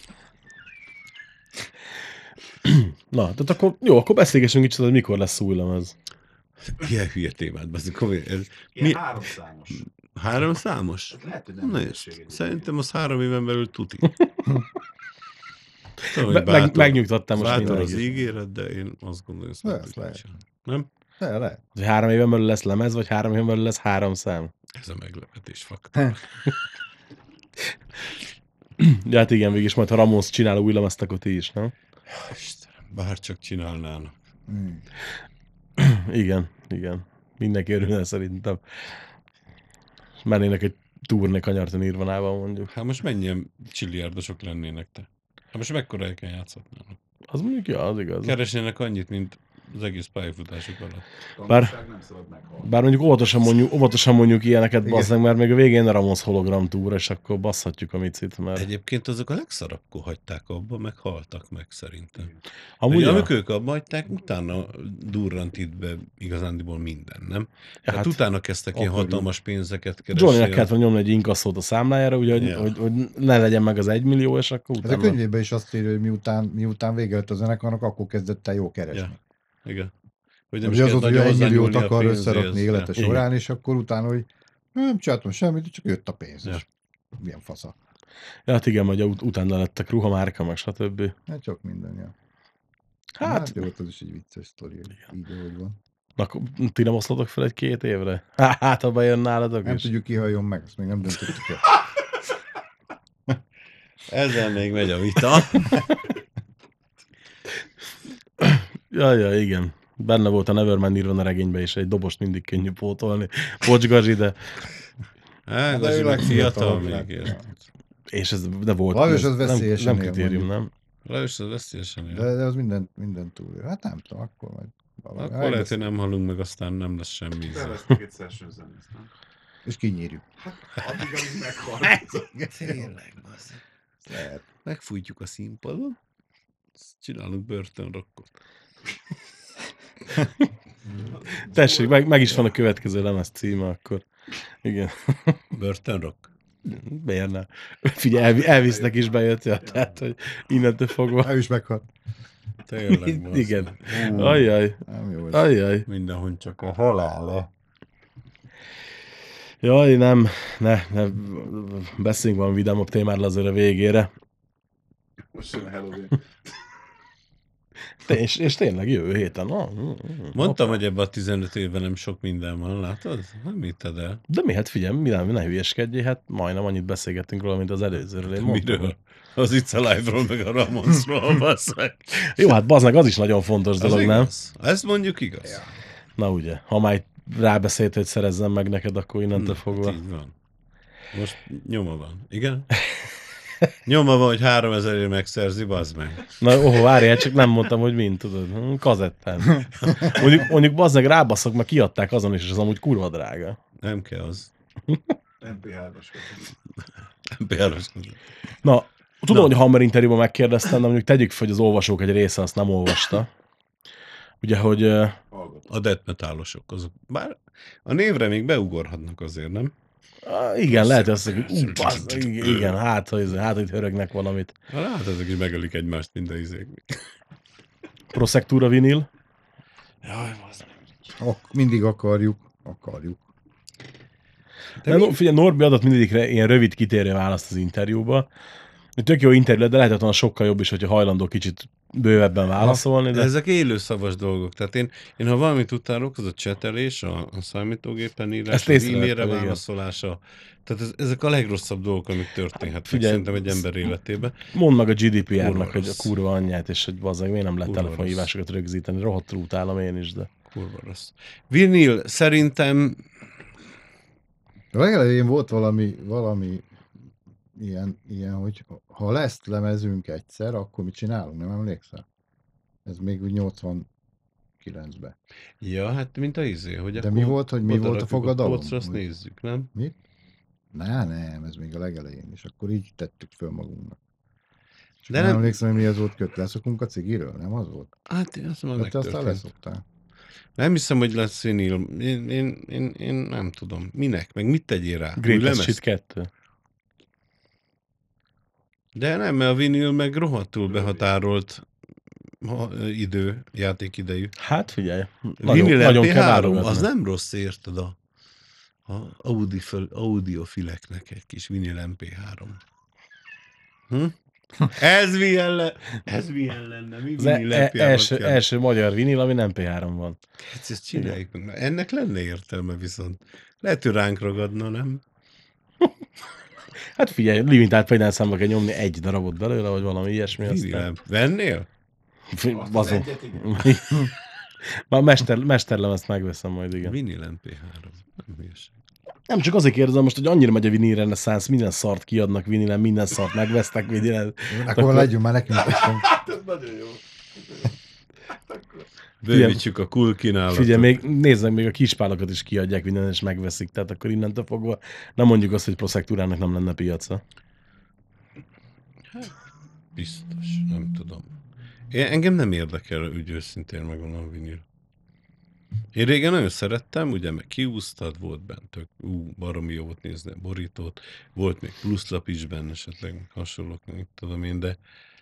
Na, tehát akkor jó, akkor beszélgessünk kicsit, hogy mikor lesz új lemez. Ilyen hülye témát, bazd, komolyan. Ez, Ilyen mi? 3 számos. 3 számos? Lehet, hogy nem Na, hülyeség egyébként. szerintem az 3 éven belül tuti. Tudom, hogy Megnyugtattam most bátor az mindenkit. ígéret, de én azt gondolom, hogy ezt Lesz, meg tudjuk lehet. csinálni. Nem? De lehet. Hogy 3 éven belül lesz lemez, vagy 3 éven belül lesz 3 szám? Ez a meglepetés faktor. Ja, hát igen, végig majd ha Ramos csinál új lemezt, akkor ti is, nem? Istenem, bárcsak csinálnának. Hmm. Igen. Mindenki örülne szerintem. Mennének egy turné kanyarton Nirvanával mondjuk. Hát most mennyien csilliárdosok lennének te? Hát most mekkora helyen játszhatnának? Az mondjuk, ja, az igaz. Keresnének annyit, mint az egész pályafutásuk alatt. Tanulság nem szabad meghalni. Bár mondjuk óvatosan mondjuk ilyeneket bassznak, mert még a végén a Ramos hologram túr, és akkor basszhatjuk a micit, mert Egyébként azok a legszarabbkor hagyták abba, meg haltak meg szerintem. amúgy Ugye, ja, amikor ők abba hagyták, utána durrant itt be igazándiból minden, nem? Tehát hát utána kezdtek ilyen akkor hatalmas pénzeket keresni. Johnnynek kellett volna nyomni egy inkasszót a számlájára, ugye, Ja. hogy ne legyen meg az 1 millió, és akkor Ez a utána... könyvében is azt írja, hogy miután vége lett a zenekarnak, akkor kezdett el jó keresni. Ja. Igen. Hogy Ugye az ott, hogy 1 milliót akar pénzéhez. összerakni élete Igen. során, és akkor utána, hogy nem csináltam semmit, csak jött a pénz. Ja. És milyen fasza. Ja, hát igen, hogy utána lettek ruhamárka, meg stb. Hát csak minden, ja. Hát, jó, az is egy vicces sztori, így ahogy van. na, akkor ti nem oszlatok fel 1-2 évre? Hát, ha bejön nálatok Nem is. tudjuk ki halljon meg, ezt még nem döntöttük el. Ezzel még megy a vita. Ja, igen. Benne volt a Nevermind Nirvana regényben is, egy dobost mindig könnyű pótolni. Bocs, Gazi, de... Hát, De az ő meg fiatal legfiatalabb, még. hát. érted? És ez de volt. Lajos ez az veszélyesen nem él, kritérium, mondjuk. nem? Lajos, az veszélyesen él. De az minden túl. Hát nem tudom, akkor majd valami. Akkor lehet, hogy nem halunk meg, aztán nem lesz semmi. Felvesztek egy session zenét, nem? És kinyírjuk. Addig, amíg meghalt. Tényleg, bazd. Lehet. Megfújtjuk a színpadon, azt csinálunk börtönrockot. Tessék, meg is van a következő lemez címe akkor. Igen. Börtönrock? Miért ne? Figyelj, Elvisznek is bejött, ja, tehát, hogy innentől fogva. Ő is meghalt. Tényleg, bazd. Igen. Ajjaj. Nem jó ez. Ajjaj. Mindenhol csak a halál. Jaj, nem, ne, beszéljünk valami vidámabb témáról azért a végére. Most jön a Halloween. És tényleg jövő héten. Mondtam, hogy ebben a 15 évben nem sok minden van, látod? Nem hitted el. De mi, hát figyelj, ne hülyeskedjél, hát majdnem annyit beszélgettünk róla, mint az előzőről. Én mondtam, Miről? Az It's Alive-ról, meg a Ramonesról, basszak. Jó, hát bazd meg, az is nagyon fontos Az dolog, nem? igaz. Ezt mondjuk igaz. Ja. Na ugye, ha már rábeszélt, hogy szerezzem meg neked, akkor innentől fogva. Így van. Most nyoma van. Igen? Nyoma van, hogy 3000-ért megszerzi, bazd meg. Na, várjál, csak nem mondtam, hogy mind, tudod. Kazettán. Mondjuk bazd meg rábaszok, mert kiadták azon is, és az amúgy kurva drága. Nem kell az. MP3-as. MP3-as. Na, tudom, hogy a Hammer interjúban megkérdeztem, de mondjuk tegyük fel, hogy az olvasók egy része azt nem olvasta. Ugye, hogy... A death metalosok, azok. Bár a névre még beugorhatnak azért, nem? Igen, lehet, hogy igen, hát, hogy hörögnek valamit. Hát ezek is megölik egymást, minden izék. Prosectura vinil. Jaj, bazd meg. Mindig akarjuk. De figyelj, Norbi adott mindegyikre ilyen rövid kitérő választ az interjúba. Tök jó interjú, de lehetett volna sokkal jobb is, hogyha hajlandó kicsit bővebben válaszolni. De ezek élőszavas dolgok. Tehát én ha valamit utálok, az a csetelés, a számítógépen írás, az e-mailre válaszolása. Tehát ezek a legrosszabb dolgok, amik történhetnek szerintem egy ember életében. Mondd meg a GDPR-nak, hogy a kurva anyját, és hogy bazzeg, miért nem lehet telefonhívásokat rögzíteni. Rohadtul utálom én is, de... Kurva rossz. Vinil, szerintem... A legelején volt valami ilyen, hogy ha lesz lemezünk egyszer, akkor mit csinálunk, nem emlékszel? Ez még úgy 89-ben. Ja, hát mint a izé, hogy de mi volt, hogy mi volt a fogadalom? Polcra, azt nézzük, nem? Mit? Nem, ez még a legelején, és akkor így tettük föl magunknak. De nem emlékszem, hogy mi az volt köt. Leszokunk a cigiről? Nem az volt? Hát azt már megtörtént. Te aztán leszoktál. Nem hiszem, hogy lesz vinil. Én nem tudom. Minek? Meg mit tegyél rá? Greatest Shit 2. De nem, mert a vinil meg rohadtul behatárolt játékidejű. Hát figyelj. Vinil MP3, az nem rossz, érted a audiofileknek egy kis vinil MP3. Ez milyen lenne? Mi vinil első magyar vinil, ami nem MP3 van. Ezt csináljuk meg. Ennek lenne értelme viszont. Lehet, hogy ránk ragadna, nem? Hát figyelj, limitált példányszámba kell nyomni egy darabot belőle, vagy valami ilyesmi. Aztán... Vennél? Bazom. Már mesterlemezt megveszem majd, igen. Vinil MP3. Nem hülyeség. Nem csak azért kérdezem most, hogy annyira megy a vinil reneszánsz, minden szart kiadnak vinilen, minden szart megvesztek vinilen. Akkor legyünk már nekünk. Hát ez nagyon jó. Bővítsük a cool kínálatot. Figyelj, nézzek, még a kispálokat is kiadják vinilen, és megveszik, tehát akkor innentől fogva nem mondjuk azt, hogy Prosecturának nem lenne piaca. Biztos, nem tudom. Engem nem érdekel, úgy őszintén megmondom a vinil. Én régen nagyon szerettem, ugye meg kiúztad, volt bent, baromi jó volt nézni a borítót, volt még pluszlap is benne, esetleg hasonlók, nem tudom én, de...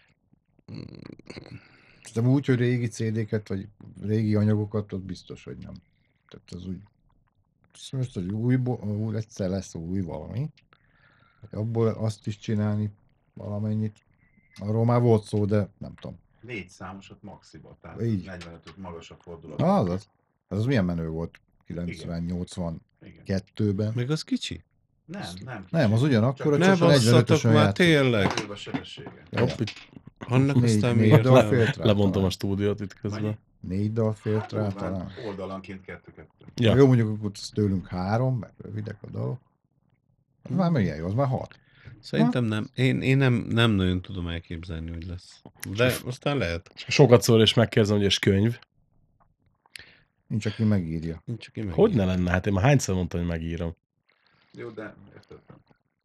De úgy, hogy régi CD-ket, vagy régi anyagokat, ott biztos, hogy nem. Tehát az úgy... Most, hogy egyszer lesz új valami, abból azt is csinálni valamennyit. Arról már volt szó, de nem tudom. 4 számosat maxiba, tehát így. 45-öt magasabb fordulat. Az. Az milyen menő volt 90-82-ben. Meg az kicsi? Nem, az ugyanakkor, csak 45-ösön már tényleg. Annak aztán miért? Lebontom a stúdiót itt közben. 4 dal fért rá talán. Oldalanként 2-2. Ja. Jó, mondjuk akkor tőlünk 3, meg rövidek a dalok. Az már milyen jó, az már 6. Szerintem nem. Én nem nagyon tudom elképzelni, hogy lesz. De aztán lehet. Sokat szól, és megkérdezem, hogy és könyv. Nincs, aki megírja. Hogy ne lenne? Hát én már hányszor mondtam, hogy megírom. Jó, de értettem.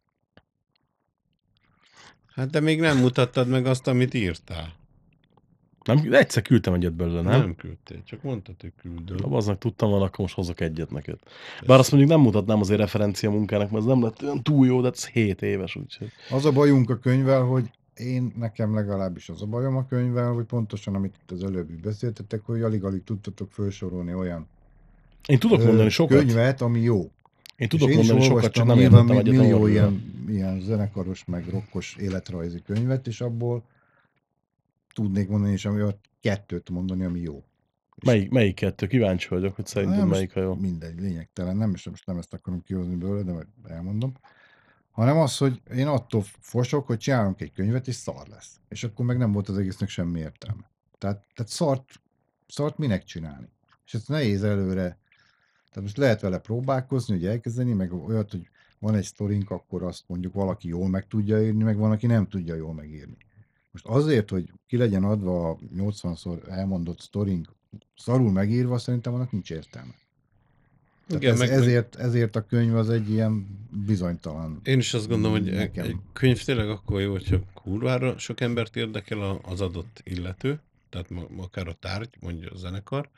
Hát de még nem mutattad meg azt, amit írtál. Nem, egyszer küldtem egyet belőle, nem? Nem küldtél, csak mondtad, hogy küldöd. Ha aznak tudtam volna, akkor most hozok egyet neked. Bár azt mondjuk nem mutatnám azért referencia munkának, mert ez nem lett olyan túl jó, de ez 7 éves, úgyhogy. Az a bajunk a könyvvel, hogy nekem legalábbis az a bajom a könyvvel, hogy pontosan, amit itt az előbb beszéltetek, hogy alig-alig tudtatok felsorolni olyan én tudok mondani sokat. Könyvet, ami jó. Én tudok és én is mondani sokat, csak olvastam nem nyilván értettem egyet a millió Norbiról. ilyen zenekaros, meg rokkos életrajzi könyvet, és abból tudnék mondani, és ami ott 2 mondani, ami jó. Melyik kettő? Kíváncsi vagyok, hogy szerinted most melyik a jó. mindegy, lényegtelen, nem, és most nem ezt akarom kihozni belőle, de majd elmondom. Hanem az, hogy én attól fosok, hogy csinálunk egy könyvet, és szar lesz. És akkor meg nem volt az egésznek semmi értelme. Tehát szart minek csinálni? És ezt nehéz előre. Tehát most lehet vele próbálkozni, hogy elkezdeni, meg olyat, hogy van egy sztorink, akkor azt mondjuk valaki jól meg tudja írni, meg van, aki nem tudja jól megírni. Most azért, hogy ki legyen adva a 80-szor elmondott sztorink szarul megírva, szerintem annak nincs értelme. Tehát Igen, ezért a könyv az egy ilyen bizonytalan. én is azt gondolom, hogy nekem. egy könyv tényleg akkor jó, hogyha kurvára sok embert érdekel az adott illető, tehát akár a tárgy, mondja a zenekar,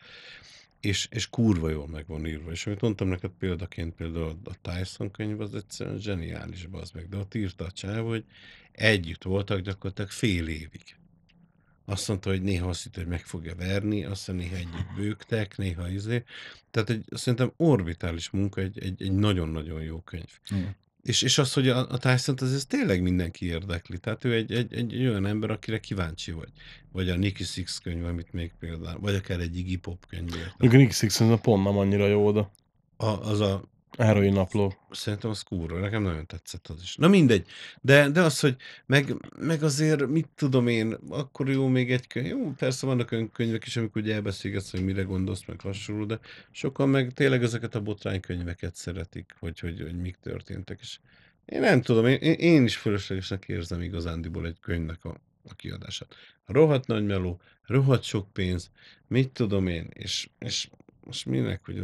és kurva jól meg van írva. És amit mondtam neked példaként, például a Tyson könyv az egyszerűen zseniális, bazd meg, de ott írta a csáv, hogy együtt voltak gyakorlatilag fél évig. Azt mondta, hogy néha azt hitt, hogy meg fogja verni, aztán néha együtt bőgtek, néha Tehát szerintem orbitális munka, egy nagyon-nagyon jó könyv. Igen. És az, hogy a Tyson-t azért tényleg mindenki érdekli. Tehát ő egy olyan ember, akire kíváncsi vagy. Vagy a Nicky Six könyv, amit még például, vagy akár egy Iggy Pop könyv. Mondjuk Nick Sixon pont nem annyira jó oda. Az a Heroin napló. Szerintem az kurva, nekem nagyon tetszett az is. Na mindegy, de az, hogy meg azért, mit tudom én, akkor jó még egy könyv. Jó, persze vannak olyan könyvek is, amikor ugye elbeszélgetsz, hogy mire gondolsz, meg hasonló, de sokan meg tényleg ezeket a botránykönyveket szeretik, hogy mik történtek. És én nem tudom, én is fölöslegesnek érzem igazándiból egy könyvnek a kiadását. Rohadt nagy meló, rohadt sok pénz, mit tudom én, és most minek, hogy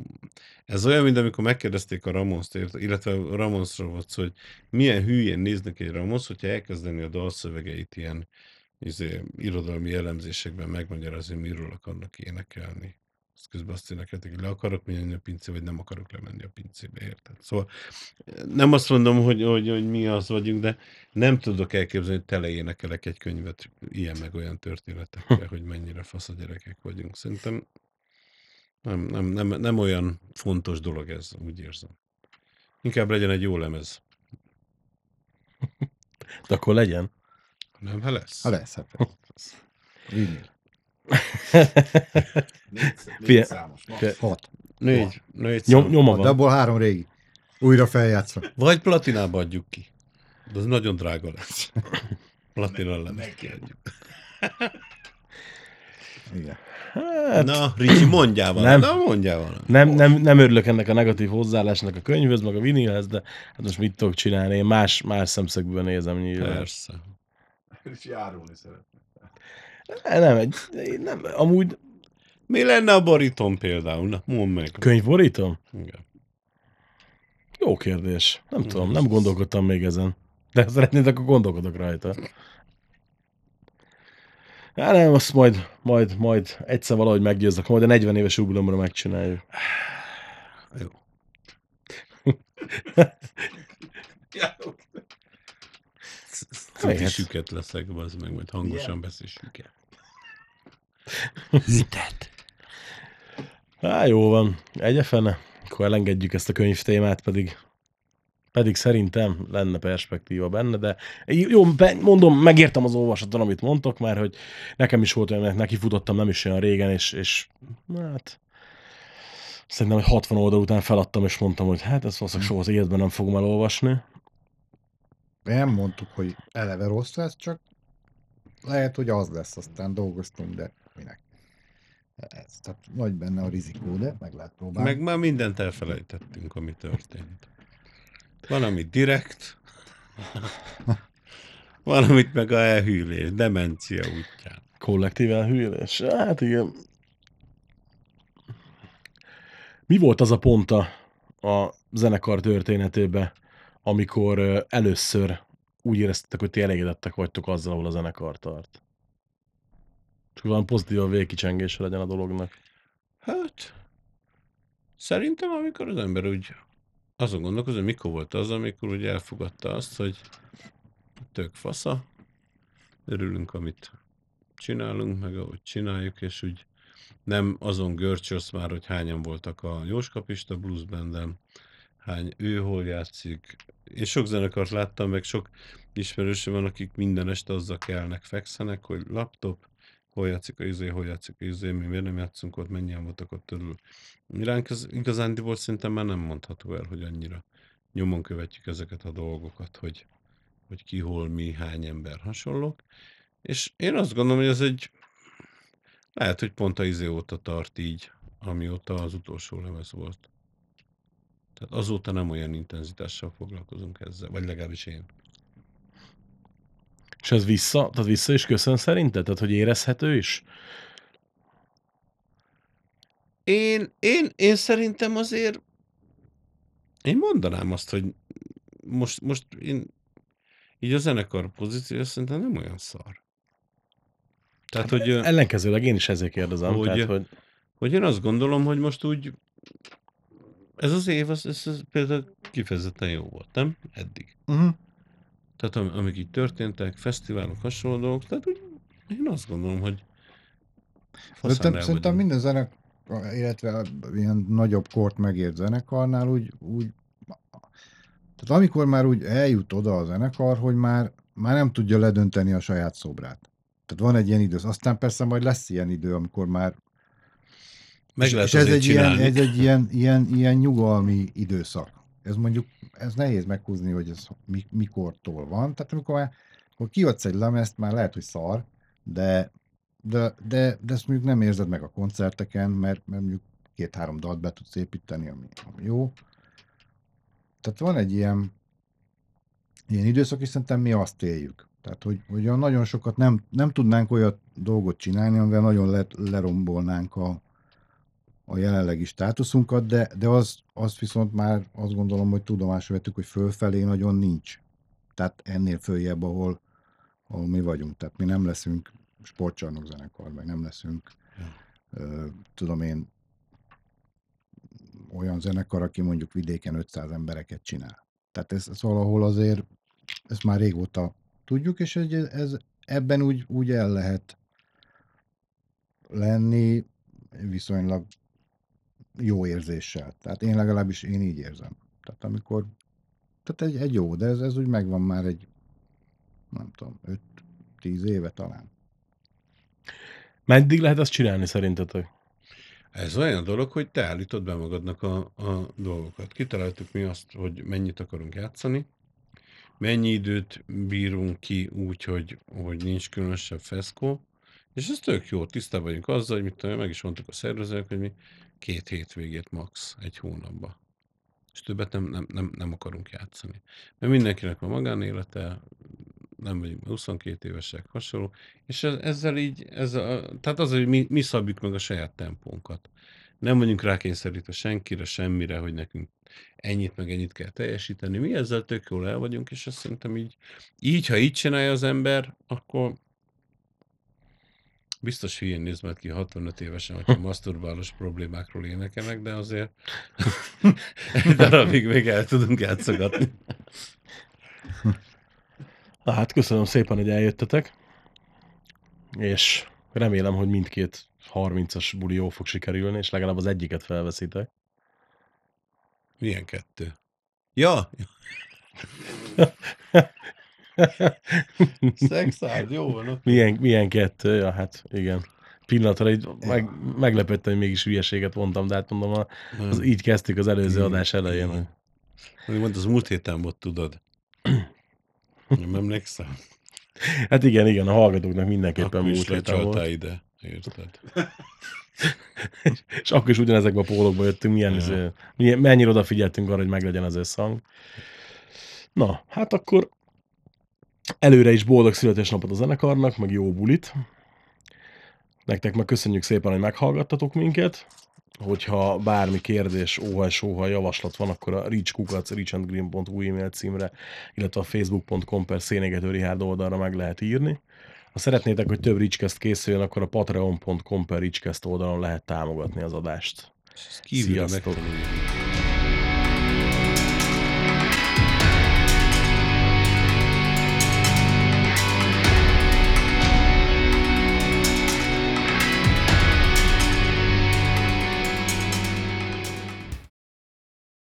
ez olyan, mint amikor megkérdezték a Ramonst, illetve a Ramonsról volt szó, hogy milyen hülyén néznek egy Ramonsz, hogyha elkezdeni a dalszövegeit ilyen irodalmi elemzésekben megmagyarázni, hogy miről akarnak énekelni. Azt közben azt énekelték, hogy le akarok menni a pincébe, vagy nem akarok lemenni a pincébe, érted? Szóval nem azt mondom, hogy mi az vagyunk, de nem tudok elképzelni, hogy tele énekelek egy könyvet ilyen meg olyan történetekkel, hogy mennyire fasz a gyerekek vagyunk. Szerintem nem olyan fontos dolog ez, úgy érzem. Inkább legyen egy jó lemez. De akkor legyen. Nem, ha lesz. Ha lesz, hát vinil. Négy számos. Max. 6. Négy szám. Nyoma De van. abból 3 régi. Újra feljátszva. Vagy platinába adjuk ki. De az nagyon drága lesz. Platina lemez kiadjuk. Igen. Hát, Na, Ricsi, mondjál Nem. valamit. Na, mondjál valamit. nem örülök ennek a negatív hozzáállásnak a könyvhöz, meg a vinilhez, de hát most mit tudok csinálni? Én más szemszögből nézem nyilván. Persze. És járulni szeretnék. Nem, amúgy Mi lenne a bariton például? Na, mondd meg. könyvborítom? Igen. Jó kérdés. Nem tudom, nem gondolkodtam még ezen. De ha szeretnéd, akkor gondolkodok rajta. Hát nem, azt majd egyszer valahogy meggyőzök, majd a 40 éves jubileumra megcsináljuk. Jó. Lehet. Tuti süket leszek, az meg majd hangosan beszél süket. Jó van, egyefene. Akkor elengedjük ezt a könyv témát, pedig szerintem lenne perspektíva benne, de jó, mondom, megértem az olvasaton, amit mondtok, mert hogy nekem is volt olyan, nekifutottam nem is olyan régen, és hát szerintem, hogy 60 oldal után feladtam, és mondtam, hogy hát ezt valószínűleg soha az életben nem fogom elolvasni. Nem mondtuk, hogy eleve rossz lesz, csak lehet, hogy az lesz, aztán dolgoztunk, de minek. Tehát nagy benne a rizikó, de meg lehet próbálni. Meg már mindent elfelejtettünk, ami történt. Van, ami direkt, van, amit meg a elhűlés, demencia útján. Kollektív elhűlés? Hát igen. Mi volt az a pont a zenekar történetében, amikor először úgy éreztetek, hogy ti elégedettek vagytok azzal, ahol a zenekar tart? Csak valami pozitív a végkicsengése legyen a dolognak. Hát, szerintem amikor az ember úgy azon gondolkozik, hogy mikor volt az, amikor úgy elfogadta azt, hogy tök fasza, örülünk, amit csinálunk, meg ahogy csináljuk, és úgy nem azon görcsölsz már, hogy hányan voltak a Jóskapista Blues Bandem, ő hol játszik. Én sok zenekart láttam, meg sok ismerősöm van, akik minden este azzal kelnek, fekszenek, hogy laptop, hol játszik a izé, mi miért nem játszunk ott, mennyien voltak ott körül. Ránk ez igazándiból szerintem már nem mondható el, hogy annyira nyomon követjük ezeket a dolgokat, hogy ki hol, mi, hány ember hasonlók. És én azt gondolom, hogy ez lehet, hogy pont a izé óta tart így, amióta az utolsó lemez volt. Tehát azóta nem olyan intenzitással foglalkozunk ezzel, vagy legalábbis én. És ez tehát vissza is köszön szerinted? Tehát, hogy érezhető is? Én szerintem azért én mondanám azt, hogy most én így a zenekar pozíciója szerintem nem olyan szar. Tehát, hogy, Ellenkezőleg én is ezért kérdezem. Hogy- Tehát, hogy én azt gondolom, hogy most úgy ez az év, ez például kifejezetten jó volt, nem? Eddig. Uh-huh. Tehát amik így történtek, fesztiválok, hasonló dolgok, tehát úgy, én azt gondolom, hogy faszán el Szerintem vagyunk. minden illetve ilyen nagyobb kort megért zenekarnál úgy tehát amikor már úgy eljut oda a zenekar, hogy már nem tudja ledönteni a saját szobrát. Tehát van egy ilyen idő, aztán persze majd lesz ilyen idő, amikor már Meg lehet és ez azért egy, csinálni. ez egy ilyen nyugalmi időszak. Ez nehéz meghúzni, hogy ez mikortól van. Tehát amikor kiadsz egy lemezt, már lehet, hogy szar, de ezt mondjuk nem érzed meg a koncerteken, mert mondjuk 2-3 dalt be tudsz építeni, ami jó. Tehát van egy ilyen időszak, és szerintem mi azt éljük. Tehát, hogy olyan nagyon sokat nem tudnánk olyat dolgot csinálni, amivel nagyon lerombolnánk a jelenlegi státuszunkat, de az viszont már azt gondolom, hogy tudomásra vettük, hogy fölfelé nagyon nincs. Tehát ennél följebb, ahol mi vagyunk. Tehát mi nem leszünk sportcsarnok zenekar, meg nem leszünk tudom én olyan zenekar, aki mondjuk vidéken 500 embereket csinál. Tehát ez valahol azért, ezt már régóta tudjuk, és ebben úgy el lehet lenni viszonylag jó érzéssel. Tehát én legalábbis így érzem. Tehát amikor, tehát egy jó, de ez úgy megvan már egy, nem tudom, 5-10 éve talán. meddig lehet ezt csinálni szerintetek? Ez olyan dolog, hogy te állítod be magadnak a dolgokat. Kitaláltuk mi azt, hogy mennyit akarunk játszani, mennyi időt bírunk ki úgy, hogy nincs különösebb feszkó, és ez tök jó, tisztában vagyunk azzal, hogy mit tudom, meg is mondtuk a szervezőnek, hogy mi 2 hétvégét max. egy hónapba. És többet nem akarunk játszani. Mert mindenkinek van magánélete, nem vagyunk 22 évesek, hasonló, és tehát az, hogy mi szabjuk meg a saját tempónkat. Nem vagyunk rákényszerítve senkire, semmire, hogy nekünk ennyit meg ennyit kell teljesíteni. Mi ezzel tök jól el vagyunk, és azt szerintem így, ha így csinálja az ember, akkor biztos hülyén néz majd ki 65 évesen, hogyha maszturbálós problémákról énekelnek, de azért egy darabig még el tudunk játszogatni. Na hát köszönöm szépen, hogy eljöttetek, és remélem, hogy mindkét 30-as buli jól fog sikerülni, és legalább az egyiket felveszitek. Milyen 2? Ja! Szexárd, jó van, oké. Milyen 2? Ja, hát igen. Pillanatra így meglepődtem, hogy mégis hülyeséget mondtam, de hát mondom, így kezdtük az előző adás elején. Hogy... Mondta, az múlt héten volt, tudod. Nem emlékszem? Hát igen, a hallgatóknak mindenképpen Akkor is múlt héten volt. lecsaltál ide, érted? És akkor is ugyanezekben a pólókban jöttünk, mennyire odafigyeltünk arra, hogy meglegyen az összhang. Na, hát akkor előre is boldog születésnapot a zenekarnak, meg jó bulit. Nektek meg köszönjük szépen, hogy meghallgattatok minket. Hogyha bármi kérdés, óhaj, javaslat van, akkor a reachandgreen.hu e-mail címre, illetve a facebook.com/Szénégető Richárd oldalra meg lehet írni. Ha szeretnétek, hogy több Reachcast készüljön, akkor a patreon.com/Reachcast oldalon lehet támogatni az adást. Kívülre Sziasztok! megtanuljuk.